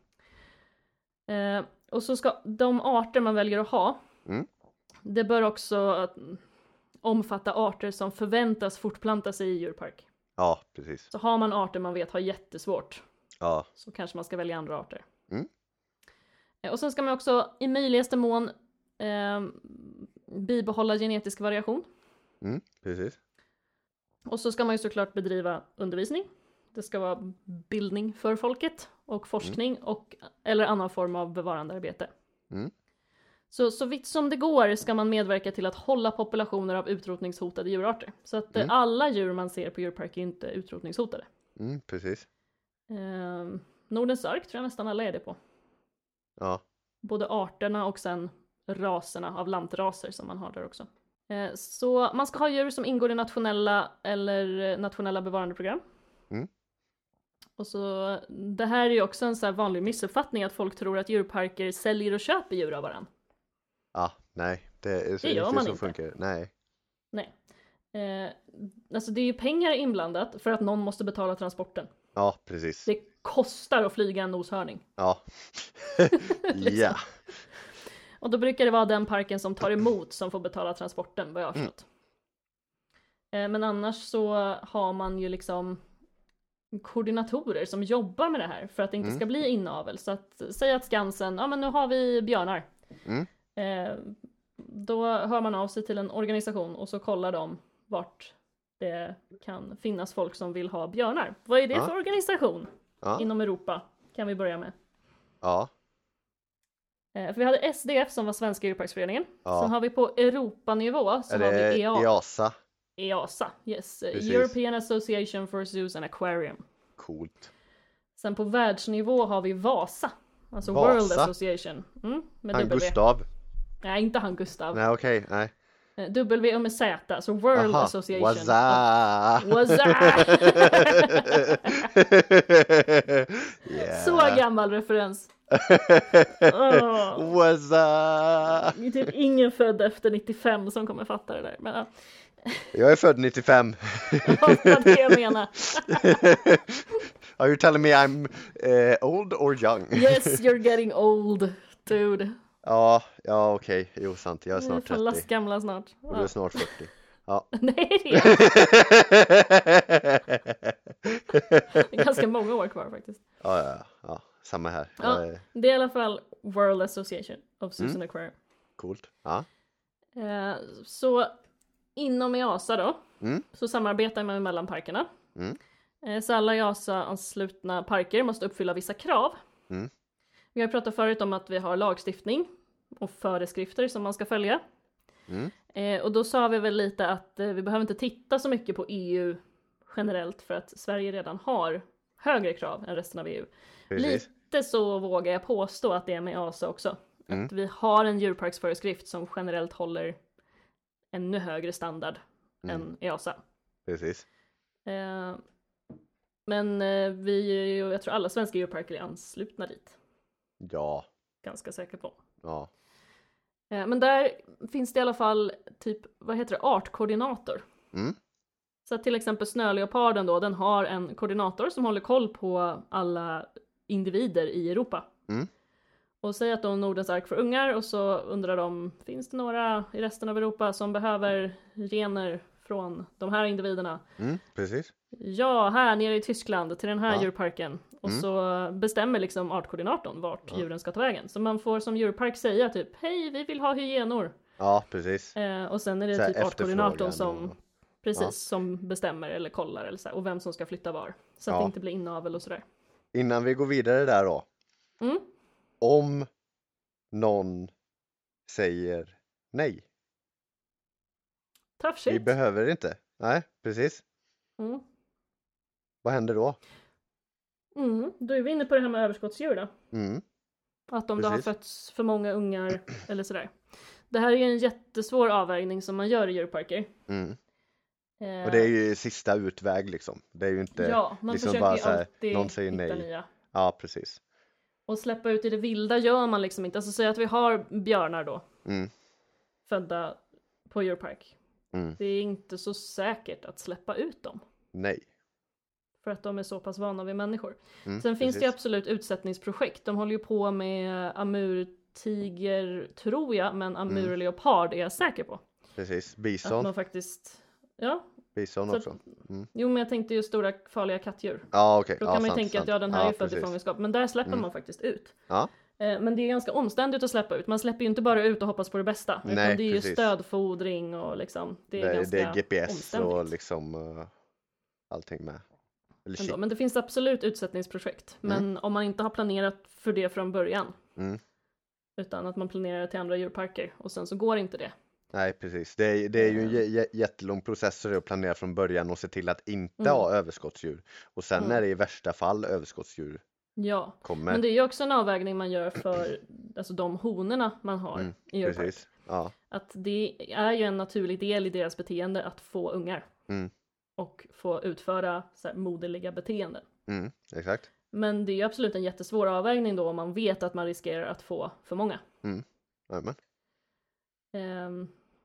Eh, och så ska de arter man väljer att ha. Mm. Det bör också att, omfatta arter som förväntas fortplanta sig i djurpark. Ja, precis. Så har man arter man vet har jättesvårt, Ja. så kanske man ska välja andra arter. Mm. Eh, Och sen ska man också i möjligaste mån eh, bibehålla genetisk variation. Mm, precis. Och så ska man ju såklart bedriva undervisning. Det ska vara bildning för folket och forskning och eller annan form av bevarandearbete. Mm. Så, så vitt som det går ska man medverka till att hålla populationer av utrotningshotade djurarter. Så att eh, Mm. alla djur man ser på djurpark är inte utrotningshotade. Mm, precis. Eh, Nordens ark tror jag nästan alla är det på. Ja. Både arterna och sen raserna av lantraser som man har där också. Eh, så man ska ha djur som ingår i nationella eller eh, nationella bevarandeprogram. Mm. Och så, det här är ju också en så här vanlig missuppfattning att folk tror att djurparker säljer och köper djur av varandra. Ja, nej. Det är så Det gör riktigt man så inte. funkar det. Nej. Nej. Eh, alltså det är ju pengar inblandat för att någon måste betala transporten. Ja, precis. Det kostar att flyga en noshörning. Ja. Liksom. Ja. Och då brukar det vara den parken som tar emot som får betala transporten, vad jag har Mm. förstått. Eh, men annars så har man ju liksom koordinatorer som jobbar med det här för att det inte Mm. ska bli inavel. Så att, säg att Skansen, ja men nu har vi björnar. Mm. Eh, då hör man av sig till en organisation och så kollar de vart det kan finnas folk som vill ha björnar. Vad är det Ja. för organisation Ja. inom Europa? Kan vi börja med. Ja. Eh, för vi hade S D F som var Svenska djurparksföreningen. Ja. Sen har vi på Europanivå så Är har vi det E A. EASA? EASA, yes. Precis. European Association for Zoos and Aquarium. Coolt. Sen på världsnivå har vi VASA. Alltså Vasa? World Association. Mm, med Han W. Gustav? Nej, inte han Gustav. Nej, okej, okay, nej. Eh, W och med Z, alltså World Aha, Association. Waza! Waza! Yeah. Så gammal referens. Oh. Waza! Det är typ ingen född efter nittiofem som kommer fatta det där. Men ja, Jag är född nittiofem. det var det jag menar. Are you telling me I'm uh, old or young? Yes, you're getting old, dude. Ja, ja okej. Okay. Jo, sant. Jag är Vi är snart fan trettio. lastgamla snart. Och du är snart fyrtio. Ja. Nej, det är Det är ganska många år kvar faktiskt. Ja, ja, ja. Samma här. Ja, Ja, det är i alla fall World Association of Zoos and Aquarium. coolt. Ja. Eh, så inom EASA då, Mm. så samarbetar man mellan parkerna. Mm. Eh, så alla EASA-anslutna parker måste uppfylla vissa krav. Mm. Vi har pratat förut om att vi har lagstiftning och föreskrifter som man ska följa. Mm. Eh, och då sa vi väl lite att eh, vi behöver inte titta så mycket på E U generellt för att Sverige redan har högre krav än resten av E U. Precis. Lite så vågar jag påstå att det är med EASA också. Mm. Att vi har en djurparksföreskrift som generellt håller ännu högre standard Mm. än EASA. Precis. Eh, men eh, vi, jag tror alla svenska djurparker är anslutna dit. Ja. Ganska säker på. Ja. Eh, men där finns det i alla fall typ, vad heter det, artkoordinator. Mm. Så att till exempel snöleoparden då, den har en koordinator som håller koll på alla individer i Europa. Mm. Och säg att de Nordens ark för ungar och så undrar de, finns det några i resten av Europa som behöver gener från de här individerna? Mm. Precis. Ja, här nere i Tyskland till den här Ja. djurparken. Och Mm. så bestämmer liksom artkoordinatorn vart Ja. djuren ska ta vägen. Så man får som djurpark säga typ, hej vi vill ha hyenor. Ja, precis. Eh, och sen är det Så här typ artkoordinatorn efterfrågan som, och- precis, ja. som bestämmer eller kollar eller så här, och vem som ska flytta var. Så att Ja. det inte blir inavel och sådär. Innan vi går vidare där då. Mm. Om någon säger nej. Tough Vi shit. behöver inte. Nej, precis. Mm. Vad händer då? Mm. Då är vi inne på det här med överskottsdjur då. Mm. Att om det har Precis. fötts för många ungar eller sådär. Det här är ju en jättesvår avvägning som man gör i djurparker. Mm. Eh, Och det är ju sista utväg liksom. Det är ju inte ja, man liksom försöker bara ju så här, alltid någon säger hitta nej. nya. Ja, precis. Och släppa ut i det vilda gör man liksom inte. Alltså säg att vi har björnar då, Mm. födda på djurpark. Mm. Det är inte så säkert att släppa ut dem. Nej. För att de är så pass vana vid människor. Mm, Sen finns det ju precis. absolut utsättningsprojekt. De håller ju på med amurtiger, tror jag, men amurleopard är jag säker på. Precis. Att Bison. man faktiskt, ja, Bison så också. att- Mm. jo men jag tänkte ju stora farliga kattdjur. Ja, okej. Då Ja, kan man ju sant, tänka sant. att ja, den här Ja, är född i precis. fångenskap. Men där släpper Mm. man faktiskt ut. Ja, Eh, Men det är ganska omständigt att släppa ut. Man släpper ju inte bara ut och hoppas på det bästa. Nej, utan det är ju precis. stödfodring och liksom. Det är det, ganska det är G P S omständigt. och liksom uh, allting med. Eller Ändå. chip. Men det finns absolut utsättningsprojekt. Men om man inte har planerat för det från början. Mm. Utan att man planerar till andra djurparker. Och sen så går inte det. Nej, precis. Det är, det är ju en Mm. jä- jä- jättelång process att planera från början och se till att inte Mm. ha överskottsdjur. Och sen Mm. när det i värsta fall överskottsdjur Ja. kommer. Men det är ju också en avvägning man gör för alltså, de honorna man har Mm, i djurpark. Precis. Ja. Att det är ju en naturlig del i deras beteende att få ungar. Mm. Och få utföra så här, moderliga beteenden. Mm. Exakt. Men det är ju absolut en jättesvår avvägning då om man vet att man riskerar att få för många. Amen. Ehm,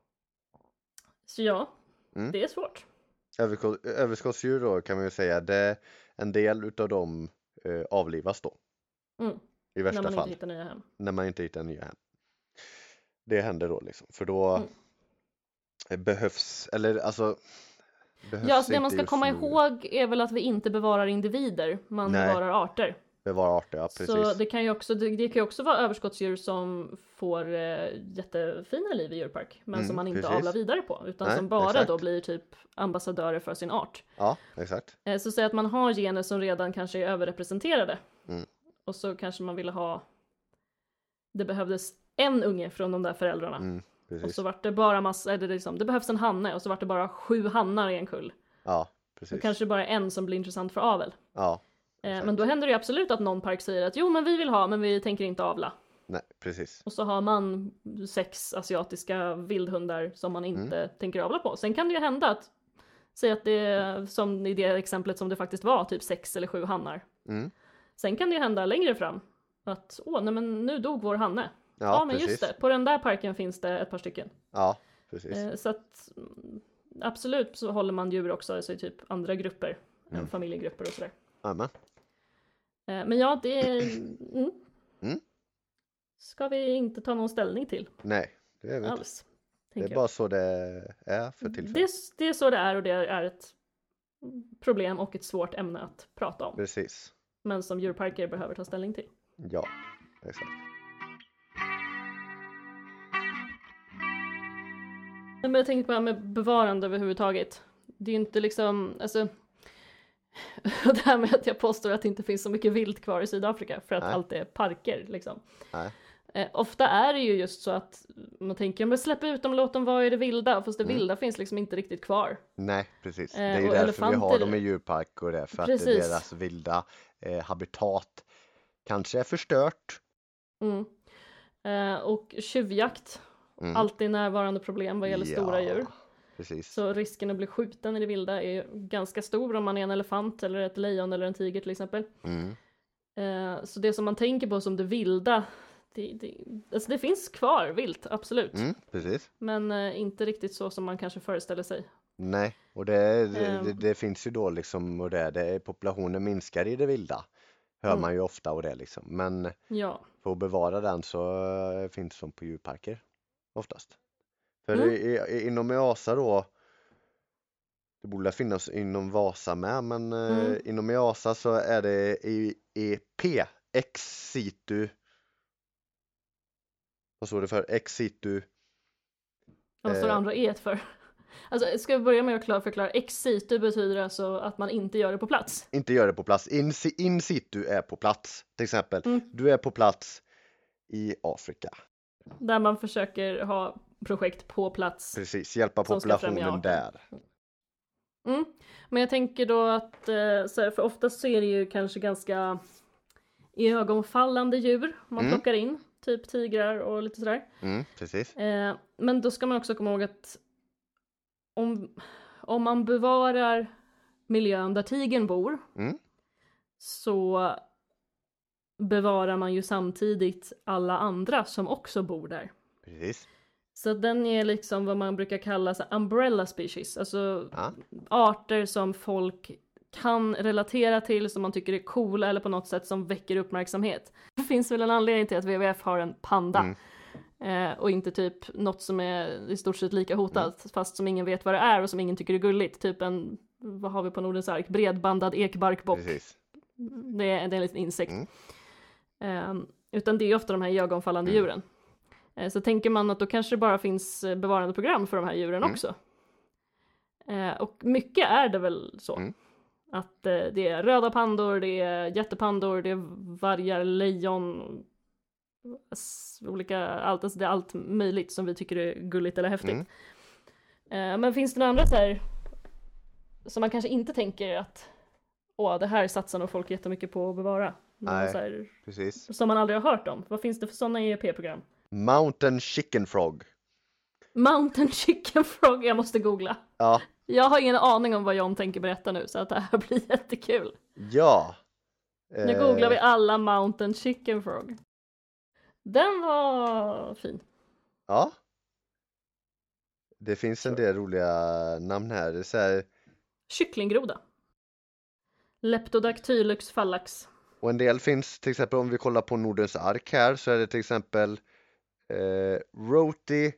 så ja, Mm. det är svårt. Överskott, överskottsdjur då kan man ju säga. Det, en del utav dem eh, avlivas då. Mm. I värsta När man fall. inte hittar nya hem. När man inte hittar nya hem. Det händer då liksom. För då Mm. behövs, eller alltså behövs Ja, alltså det inte man ska just komma nu ihåg är väl att vi inte bevarar individer, man Nej. bevarar arter. bevara arter, ja precis. Så det kan ju också, det, det kan ju också vara överskottsdjur som får eh, jättefina liv i djurpark, men Mm, som man inte precis. avlar vidare på, utan Nej, som bara exakt. då blir typ ambassadörer för sin art. Ja, exakt. Eh, så säg att man har gener som redan kanske är överrepresenterade. Mm. och så kanske man ville ha, det behövdes en unge från de där föräldrarna. Mm, och precis. så var det bara massa, eller liksom, det behövs en hanne och så var det bara sju hannar i en kull. Ja, Och precis. kanske bara en som blir intressant för avel. Ja, Eh, exakt. men då händer det ju absolut att någon park säger att jo men vi vill ha men vi tänker inte avla. Nej, precis. Och så har man sex asiatiska vildhundar som man inte tänker avla på. Sen kan det ju hända att, säg att det är som i det exemplet som det faktiskt var, typ sex eller sju hannar. Mm. Sen kan det ju hända längre fram att, åh nej men nu dog vår hanne. Ja, Ja, men precis. just det, på den där parken finns det ett par stycken. Ja, precis. Eh, så att mm, absolut så håller man djur också, alltså i typ andra grupper, Mm. än familjegrupper och sådär. Amen. Eh, men ja, det är, mm, Mm. ska vi inte ta någon ställning till Nej, det är vi inte. alls. Det är tänker bara så det är för jag. tillfället. Det, det är så det är och det är ett problem och ett svårt ämne att prata om. Precis. Men som djurparker behöver ta ställning till. Ja, exakt. Men jag tänkte bara med bevarande överhuvudtaget. Det är ju inte liksom, alltså det här med att jag påstår att det inte finns så mycket vilt kvar i Sydafrika för att Nej. allt är parker liksom. Nej. Eh, ofta är det ju just så att man tänker, men släpp ut dem, låt dem vara i det vilda, fast det Mm. vilda finns liksom inte riktigt kvar. Nej, precis. Eh, det är ju och därför vi har elefanter- dem i djurpark och det är för att Precis. deras vilda eh, habitat kanske är förstört. Mm. Eh, och tjuvjakt, Mm. alltid närvarande problem vad gäller stora Ja, djur. Precis. Så risken att bli skjuten i det vilda är ju ganska stor om man är en elefant eller ett lejon eller en tiger till exempel. Mm. Eh, så det som man tänker på som det vilda, det, det, alltså det finns kvar vilt, absolut. Mm, precis. Men eh, inte riktigt så som man kanske föreställer sig. Nej, och det, det, Ehm. det, det finns ju då liksom och det, det populationen minskar i det vilda. Hör Mm. man ju ofta och det liksom. Men Ja, för att bevara den så eh, finns de på djurparker oftast. För Mm. i, i, inom EASA då, det borde finnas inom Vasa med, men eh, Mm. inom EASA så är det E E P, ex situ, vad står det för? Ex situ, vad står det Eh. andra e för? Alltså ska vi börja med att klar- förklara, ex situ betyder alltså att man inte gör det på plats. inte gör det på plats, in, si- in situ är på plats, till exempel. Mm. Du är på plats i Afrika, Där man försöker ha projekt på plats. precis, hjälpa Som ska främja populationen arten. där. Mm. Men jag tänker då att, eh, så här, för oftast så är det ju kanske ganska ögonfallande djur man Mm. plockar in. Typ tigrar och lite sådär. Mm, precis. Eh, men då ska man också komma ihåg att om, om man bevarar miljön där tigern bor Mm. så bevarar man ju samtidigt alla andra som också bor där. Precis. Så den är liksom vad man brukar kalla så umbrella species, alltså Ja. arter som folk kan relatera till, som man tycker är coola eller på något sätt som väcker uppmärksamhet. Det finns väl en anledning till att W W F har en panda Mm. eh, och inte typ något som är i stort sett lika hotat fast som ingen vet vad det är och som ingen tycker är gulligt. Typ en, vad har vi på Nordens ark? Bredbandad ekbarkbock. Precis. Det är, det är en liten insekt. Mm. Eh, utan det är ju ofta de här ögonfallande Mm. djuren. Eh, så tänker man att då kanske det bara finns eh, bevarandeprogram för de här djuren Mm. också. Eh, och mycket är det väl så. Mm. Att eh, det är röda pandor, det är jättepandor, det är vargar, lejon, s- olika, allt, alltså det är allt möjligt som vi tycker är gulligt eller häftigt. Mm. Eh, men finns det några andra så här som man kanske inte tänker att åh, det här satsar nog folk jättemycket på att bevara? Några Nej. så här, Precis. som man aldrig har hört om. Vad finns det för sådana E E P-program? Mountain chicken frog. Mountain Chicken Frog, jag måste googla. Ja. Jag har ingen aning om vad John tänker berätta nu, så att det här blir jättekul. Ja. Nu Eh, googlar vi alla Mountain Chicken Frog. Den var fin. Ja. Det finns en del roliga namn här. Det är så här, Kycklinggroda. Leptodactylus fallax. och en del finns till exempel om vi kollar på Nordens ark här så är det till exempel eh, Roti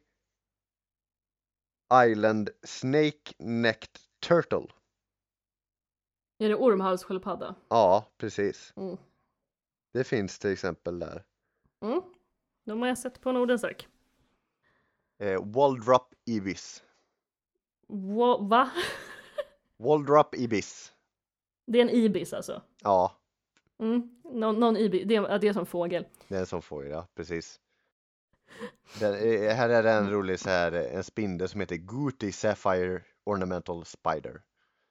Island Snake-necked turtle. Är det ormhalssköldpadda? Ja, precis. Mm. Det finns till exempel där. Mm. De har jag sett på Nordens ark. Eh, Waldrop ibis. Wa- va? Waldrop ibis. Det är en ibis alltså. Ja, Mm. Nå- någon ibis, det, är- det är som fågel. Det är en sån fågel, ja, precis. Den, eh, här är det en rolig så här, en spindel som heter Gooty Sapphire Ornamental Spider.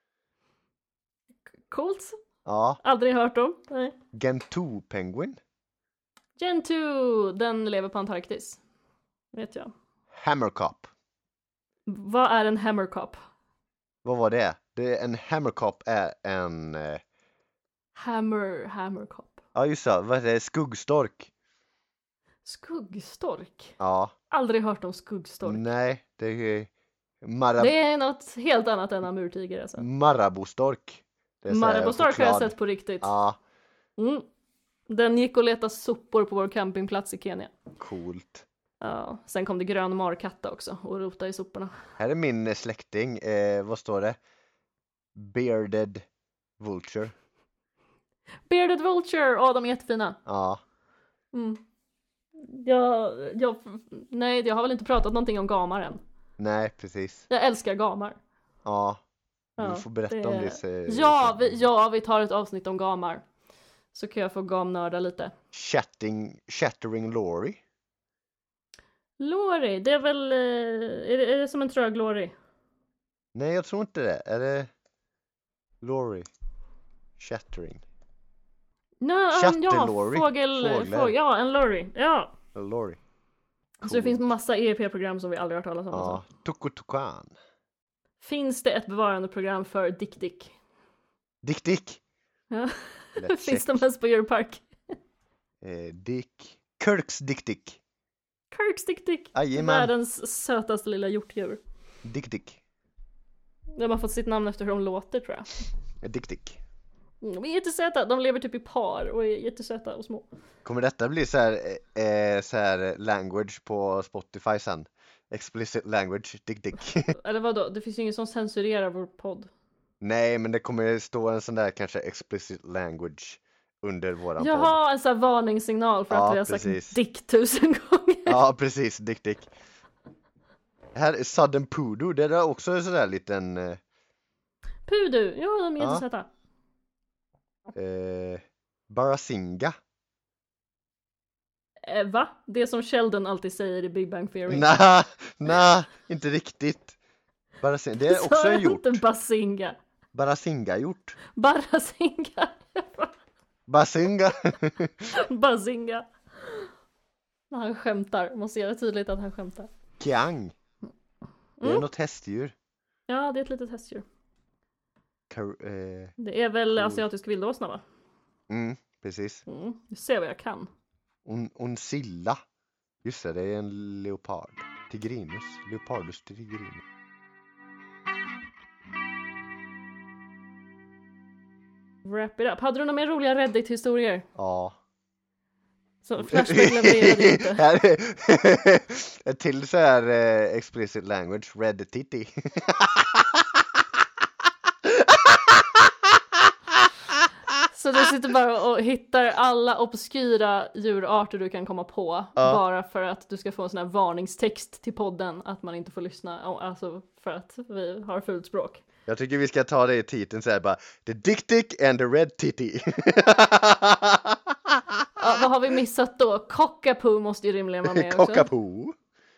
Coolt. Ja, Aldrig hört om. Nej. Gentoo Penguin. Gentoo, den lever på Antarktis. Vet jag. Hammercop. Vad är en hammercop? Vad var det? det är en hammercop är en... Eh, Hammer, hammercop. ja, just det. Vad är det? Skuggstork. Skuggstork? Ja. Aldrig hört om skuggstork. Nej, det är... Marab- Det är något helt annat än amurtiger alltså. Marabostork. Det är så här Marabostork har jag choklad. sett på riktigt. Ja, Mm. Den gick och letade sopor på vår campingplats i Kenya. coolt. Ja, sen kom det grön markatta också och rota i soporna. Här är min eh, släkting. Eh, vad står det? Bearded Vulture. Bearded Vulture, åh de är jättefina. Ja. Mm. Jag, jag, nej, jag har väl inte pratat någonting om gamar än. Nej, precis. Jag älskar gamar. Ja. Du Ja, får berätta det- om det. Så... Ja vi, ja, vi tar ett avsnitt om gamar. Så kan jag få gamnörda lite. Chatting, Chattering Lorry. Lori, det är väl, eh, är det, är det som en trög lori? Nej, jag tror inte det. Är det Lorry? Chattering. Nej, ja, Chatterlori. fågel, Fåglar. fågel, ja en lori, ja. Lorry. Så det finns massa E E P-program som vi aldrig hört talas om. Ja. Alltså. Tukutukan. Finns det ett bevarandeprogram för Dick Dick? Dick Dick. Ja. Let's Finns check. de ens på Europark? Eh, Dick. Kirks Dick Dick. Kirks Dick Dick. Jajamän. Världens sötaste lilla hjortdjur. Dick Dick. De har fått sitt namn efter hur de låter tror jag. Eh, Dick Dick. Mm, De är jättesöta, de lever typ i par och är jättesöta och små. Kommer detta bli så här, eh, så här language på Spotify sen? Explicit language, Dick Dick. Eller vadå, det finns ju ingen som censurerar vår podd. Nej, men det kommer stå en sån där kanske explicit language under våran podd. Jaha, en sån här varningssignal för Ja, att vi har precis. sagt dick tusen gånger. Ja, precis, Dick Dick. Här är Sudden Poodoo, det är också en sån där liten eh, Pudu, ja de är Ja. jättesöta. eh, Barasinga. Eh, va? Det som Sheldon alltid säger i Big Bang Theory. Nej, nej, inte riktigt. Barasinga, det är också Sa en jag hjort. inte Basinga? Barasinga-hjort. Barasinga. Basinga. Basinga. När han skämtar, måste göra tydligt att han skämtar. Kiang. Det är Mm. något hästdjur. Ja, det är ett litet hästdjur. Kar- eh, Det är väl Cool. asiatisk vildåsna va? mm, precis. Mm. Du ser vad jag kan. Un, unsilla. Just det, det är en leopard. Tigrinus. Leopardus tigrinus. Wrap it up. Hade du några mer roliga Reddit-historier? Ja. Så Flashback levererade inte. Här är ett till så här eh, explicit language. Red titty. Så du sitter bara och hittar alla obskyra djurarter du kan komma på. Ja. Bara för att du ska få en sån här varningstext till podden. Att man inte får lyssna. Alltså för att vi har fult språk. Jag tycker vi ska ta det i titeln så här bara. The dick dick and the red titty. Ja, vad har vi missat då? Cockapoo måste ju rimligen vara med också. Cockapoo.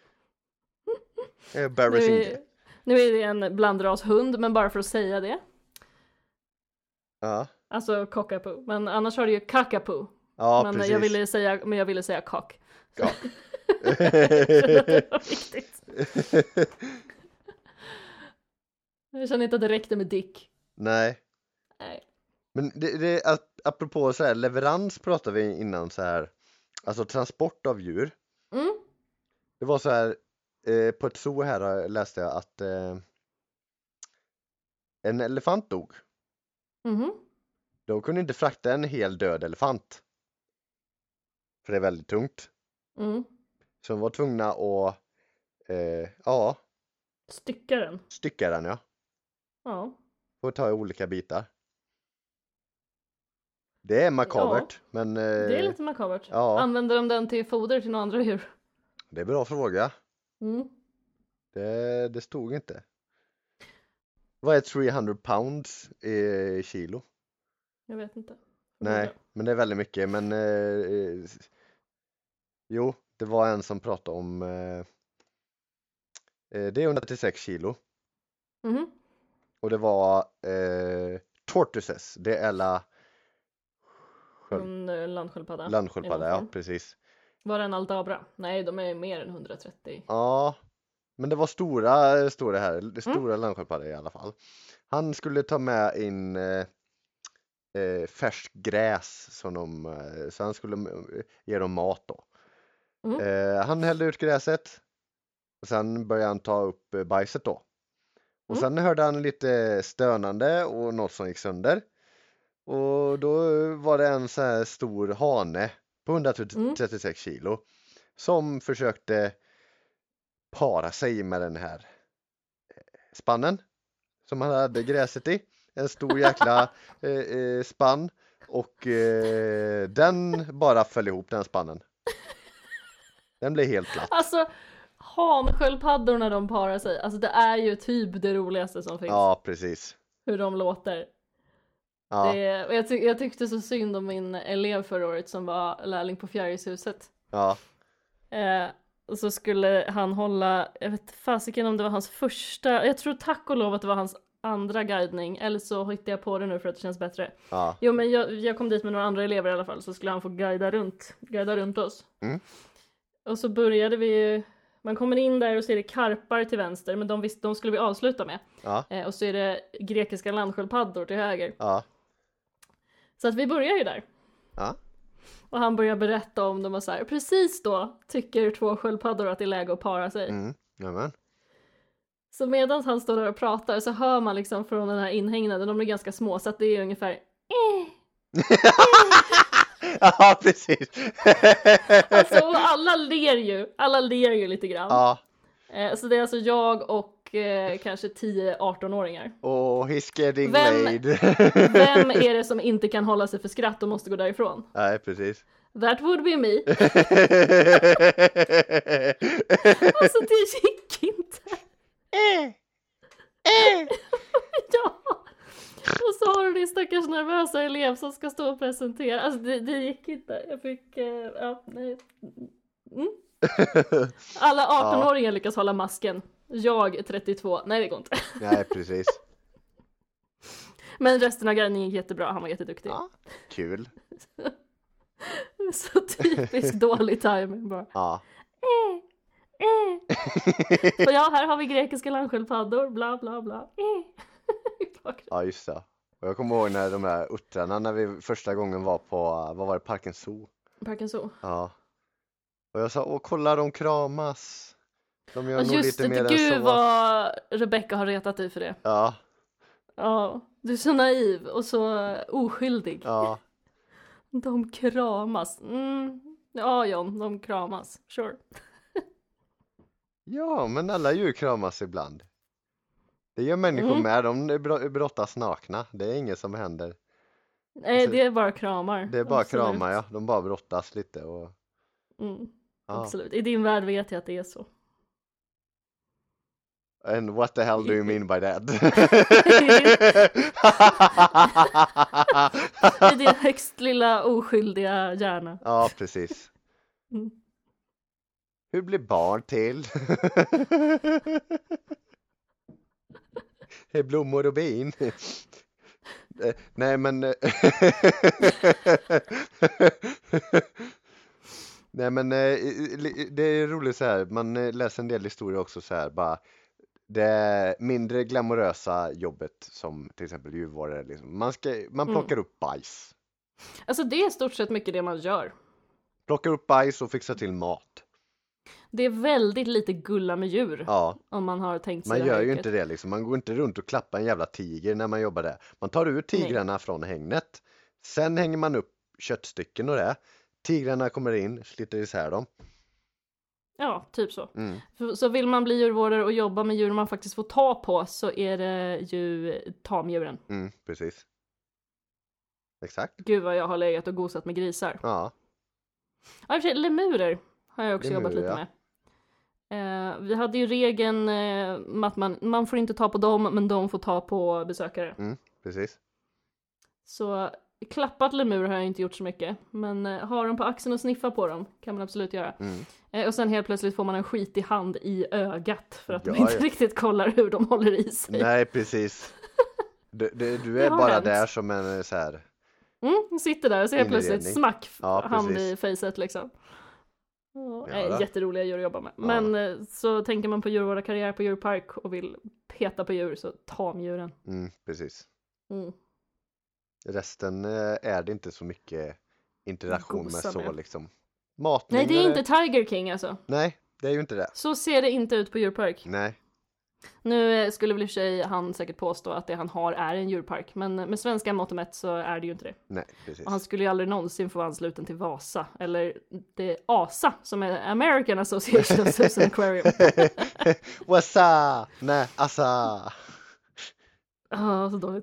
Eh, Nu Barasinga. är, nu är det en blandrashund, men bara för att säga det. Ja. Alltså cockapoo. Men annars har du ju kakapoo. Ja, men, precis. jag ville säga, men jag ville säga cock. Ja. Det var viktigt. Jag känner inte att det räckte med dick. Nej. Nej. Men det, det, ap- apropå så här, leverans pratade vi innan så här. Alltså transport av djur. Mm. Det var så här. Eh, på ett zoo här läste jag att eh, en elefant dog. Mhm. De kunde inte frakta en hel död elefant. För det är väldigt tungt. Mm. Så de var tvungna att eh, ja, Stycka den. stycka den, ja. Ja. Och ta i olika bitar. Det är makabert, men eh, Det är lite makabert. ja. Använder de den till foder till några andra djur? det är en bra fråga. Mm. Det, det stod inte. Vad är trehundra pounds i kilo? Jag vet inte. Nej, men det är väldigt mycket. Men eh, eh, jo, det var en som pratade om eh, eh, det är hundratrettiosex kilo. Mhm. Och det var eh, tortoises. Det är la sköld, En eh, landsköldpadda. i landsköldpadda, någon ja form. precis. Var det en aldabra? Nej, de är mer än hundratrettio. Ja, men det var stora, står det här, det stora landsköldpaddor i alla fall. Han skulle ta med in eh, eh, färskt gräs som de, eh, så han skulle eh, ge dem mat då. Mm. Eh, han hällde ut gräset och sen började han ta upp eh, bajset då. Och Mm. sen hörde han lite stönande och något som gick sönder. Och då var det en så här stor hane på hundratrettiosex kilo som försökte para sig med den här spannen som han hade gräset i. En stor jäkla eh, eh, spann och eh, den bara föll ihop, den spannen. Den blev helt platt. Alltså, hansköldpaddor när de parar sig, alltså det är ju typ det roligaste som finns. Ja, precis. Hur de låter. Ja, Det, och jag, ty- jag tyckte så synd om min elev förra året som var lärling på Fjärilshuset. ja, Eh, och så skulle han hålla, jag vet fasiken om det var hans första, jag tror tack och lov att det var hans andra guidning, eller så hittade jag på det nu för att det känns bättre. ja. Jo men jag, jag kom dit med några andra elever i alla fall, så skulle han få guida runt, guida runt oss. Mm. Och så började vi, man kommer in där och så är det karpar till vänster, men de, visste, de skulle vi avsluta med. Ja, Eh, och så är det grekiska landsköldpaddor till höger. ja, Så att vi börjar ju där. ja. Och han börjar berätta om dem och så här. Precis då tycker två sköldpaddor att det är läge att para sig. Mm. Jamen. Så medan han står där och pratar så hör man liksom från den här inhägnaden, de är ganska små så att det är ungefär eh. Ja, precis. Alltså och alla ler ju, alla ler ju lite grann. Ja, Eh, så det är alltså jag och eh, kanske tio arton-åringar. och he's getting Vem- laid. Vem är det som inte kan hålla sig för skratt och måste gå därifrån? Nej, precis. That would be me. Alltså det gick inte. Ja. Och så har du din stackars nervösa elev som ska stå och presentera. Alltså det, det gick inte. Jag fick, eh, ja, nej. Mm. Alla arton-åringar lyckas hålla masken. Jag är trettiotvå. Nej, det går inte. Nej, precis. Men resten av guidningen gick jättebra. Han var jätteduktig. Ja, kul. Så typiskt dålig timing bara. Ja. Eh, eh. Och ja, här har vi grekiska landsköldpaddor. Bla, bla, bla. Eh. Ja, just det. Och jag kommer ihåg när de där uttrarna, när vi första gången var på, vad var det, Parken Zoo? Parken Zoo. Ja. Och jag sa, åh kolla de kramas. De gör Och nog just lite det, mer gud än så. vad Rebecca har retat dig för det. Ja, Ja, du är så naiv och så oskyldig. ja. De kramas. Mm. Ja, John, de kramas. Sure. Ja, men alla djur kramas ibland. Det gör människor Mm. med, de bro- brottas nakna. Det är inget som händer. Nej, Alltså, det är bara kramar. Det är bara Absolut. kramar, ja. De bara brottas lite och... Mm. Ja. Absolut. I din värld vet jag att det är så. And what the hell do you mean by that? I din högst lilla oskyldiga hjärna. Ja, precis. Mm. Hur blir barn till? Det är blommor och bin. Eh, Nej, men... eh, Nej, men eh, li- det är roligt så här. Man eh, läser en del historier också så här. Bara det mindre glamorösa jobbet som till exempel djurvårdare. Liksom. Man, ska, man Mm. plockar upp bajs. Alltså det är i stort sett mycket det man gör. Plockar upp bajs och fixar till mat. Det är väldigt lite gulla med djur. Ja. Om man har tänkt sig Man det här gör ju yrket. inte det liksom. Man går inte runt och klappar en jävla tiger när man jobbar där. Man tar ut tigrarna från hängnet. Sen hänger man upp köttstycken och det. Tigrarna kommer in, sliter isär dem. Ja, typ så. Mm. Så- Så vill man bli djurvårdare och jobba med djur man faktiskt får ta på så är det ju tamdjuren. Mm, precis. Exakt. Gud vad jag har legat och gosat med grisar. Ja. Ja, i och för sig, lemurer har jag också jobbat Lemurer, lite ja. med. Eh, vi hade ju regeln eh, att man, man får inte ta på dem, men de får ta på besökare. Mm, precis. Så klappat lemur har jag inte gjort så mycket. Men eh, har dem på axeln och sniffa på dem kan man absolut göra. Mm. Eh, och sen helt plötsligt får man en skitig hand i ögat för att Ja, de inte ja. riktigt kollar hur de håller i sig. Nej, precis. Du, du, du Det är har bara hänt. där som en eh, så här. Mm, sitter där och så helt plötsligt Inredning. smack Ja, hand i precis. facet liksom. Ja, Ja, är då. jätteroliga djur att jobba med. Ja. Men eh, så tänker man på djurvårdarkarriär på djurpark och vill peta på djur så tamdjuren. Mm, precis. Mm. Resten eh, är det inte så mycket interaktion med Gosa så med. liksom. Matning Nej, det är eller- inte Tiger King alltså. Nej, det är ju inte det. Så ser det inte ut på djurpark. Nej. Nu eh, skulle väl i och för sig han säkert påstå att det han har är en djurpark. Men med svenska mått och mätt så är det ju inte det. Nej, precis. Och han skulle ju aldrig någonsin få vara ansluten till Vasa. Eller det är A S A som är American Association of Zoos and Aquarium. Wassa! Nej, assa! Ja, så dåligt.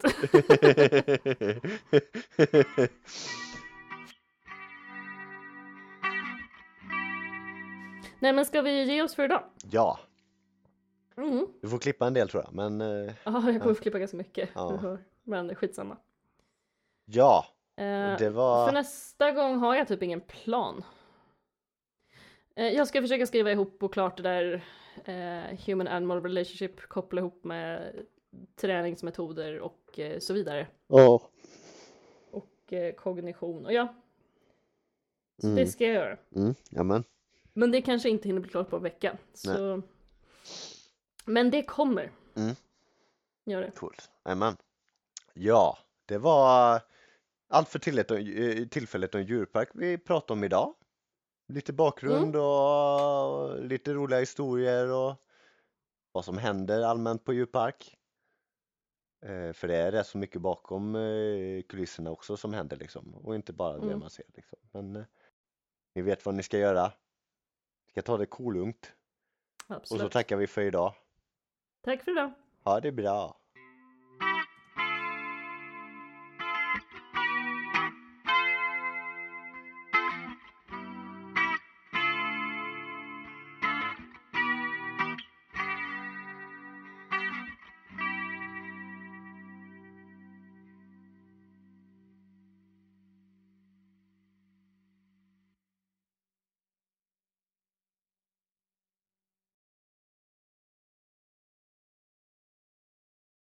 Nej, men ska vi ge oss för idag? Ja, Mm. du får klippa en del tror jag, men eh, Ja, jag kommer få klippa ganska mycket. Ja. Men skitsamma. ja, Eh, det var... För nästa gång har jag typ ingen plan. Eh, jag ska försöka skriva ihop och klart det där eh, human animal relationship, koppla ihop med träningsmetoder och eh, så vidare. Ja. Och eh, kognition. Och ja, så Mm. det ska jag göra. Mm, jamen. Men det kanske inte hinner bli klart på en vecka. Så... Men det kommer. Mm. Gör det. Coolt. Jamen. Ja, det var allt för tillfället om, tillfället om djurpark vi pratade om idag. Lite bakgrund och lite roliga historier och vad som händer allmänt på djurpark. Eh, för det är rätt så mycket bakom eh, kulisserna också som händer liksom. Och inte bara det Mm. man ser liksom. Men eh, ni vet vad ni ska göra. Ni ska ta det kolugnt. Och så Absolut. tackar vi för idag. Tack för idag. Ha det bra.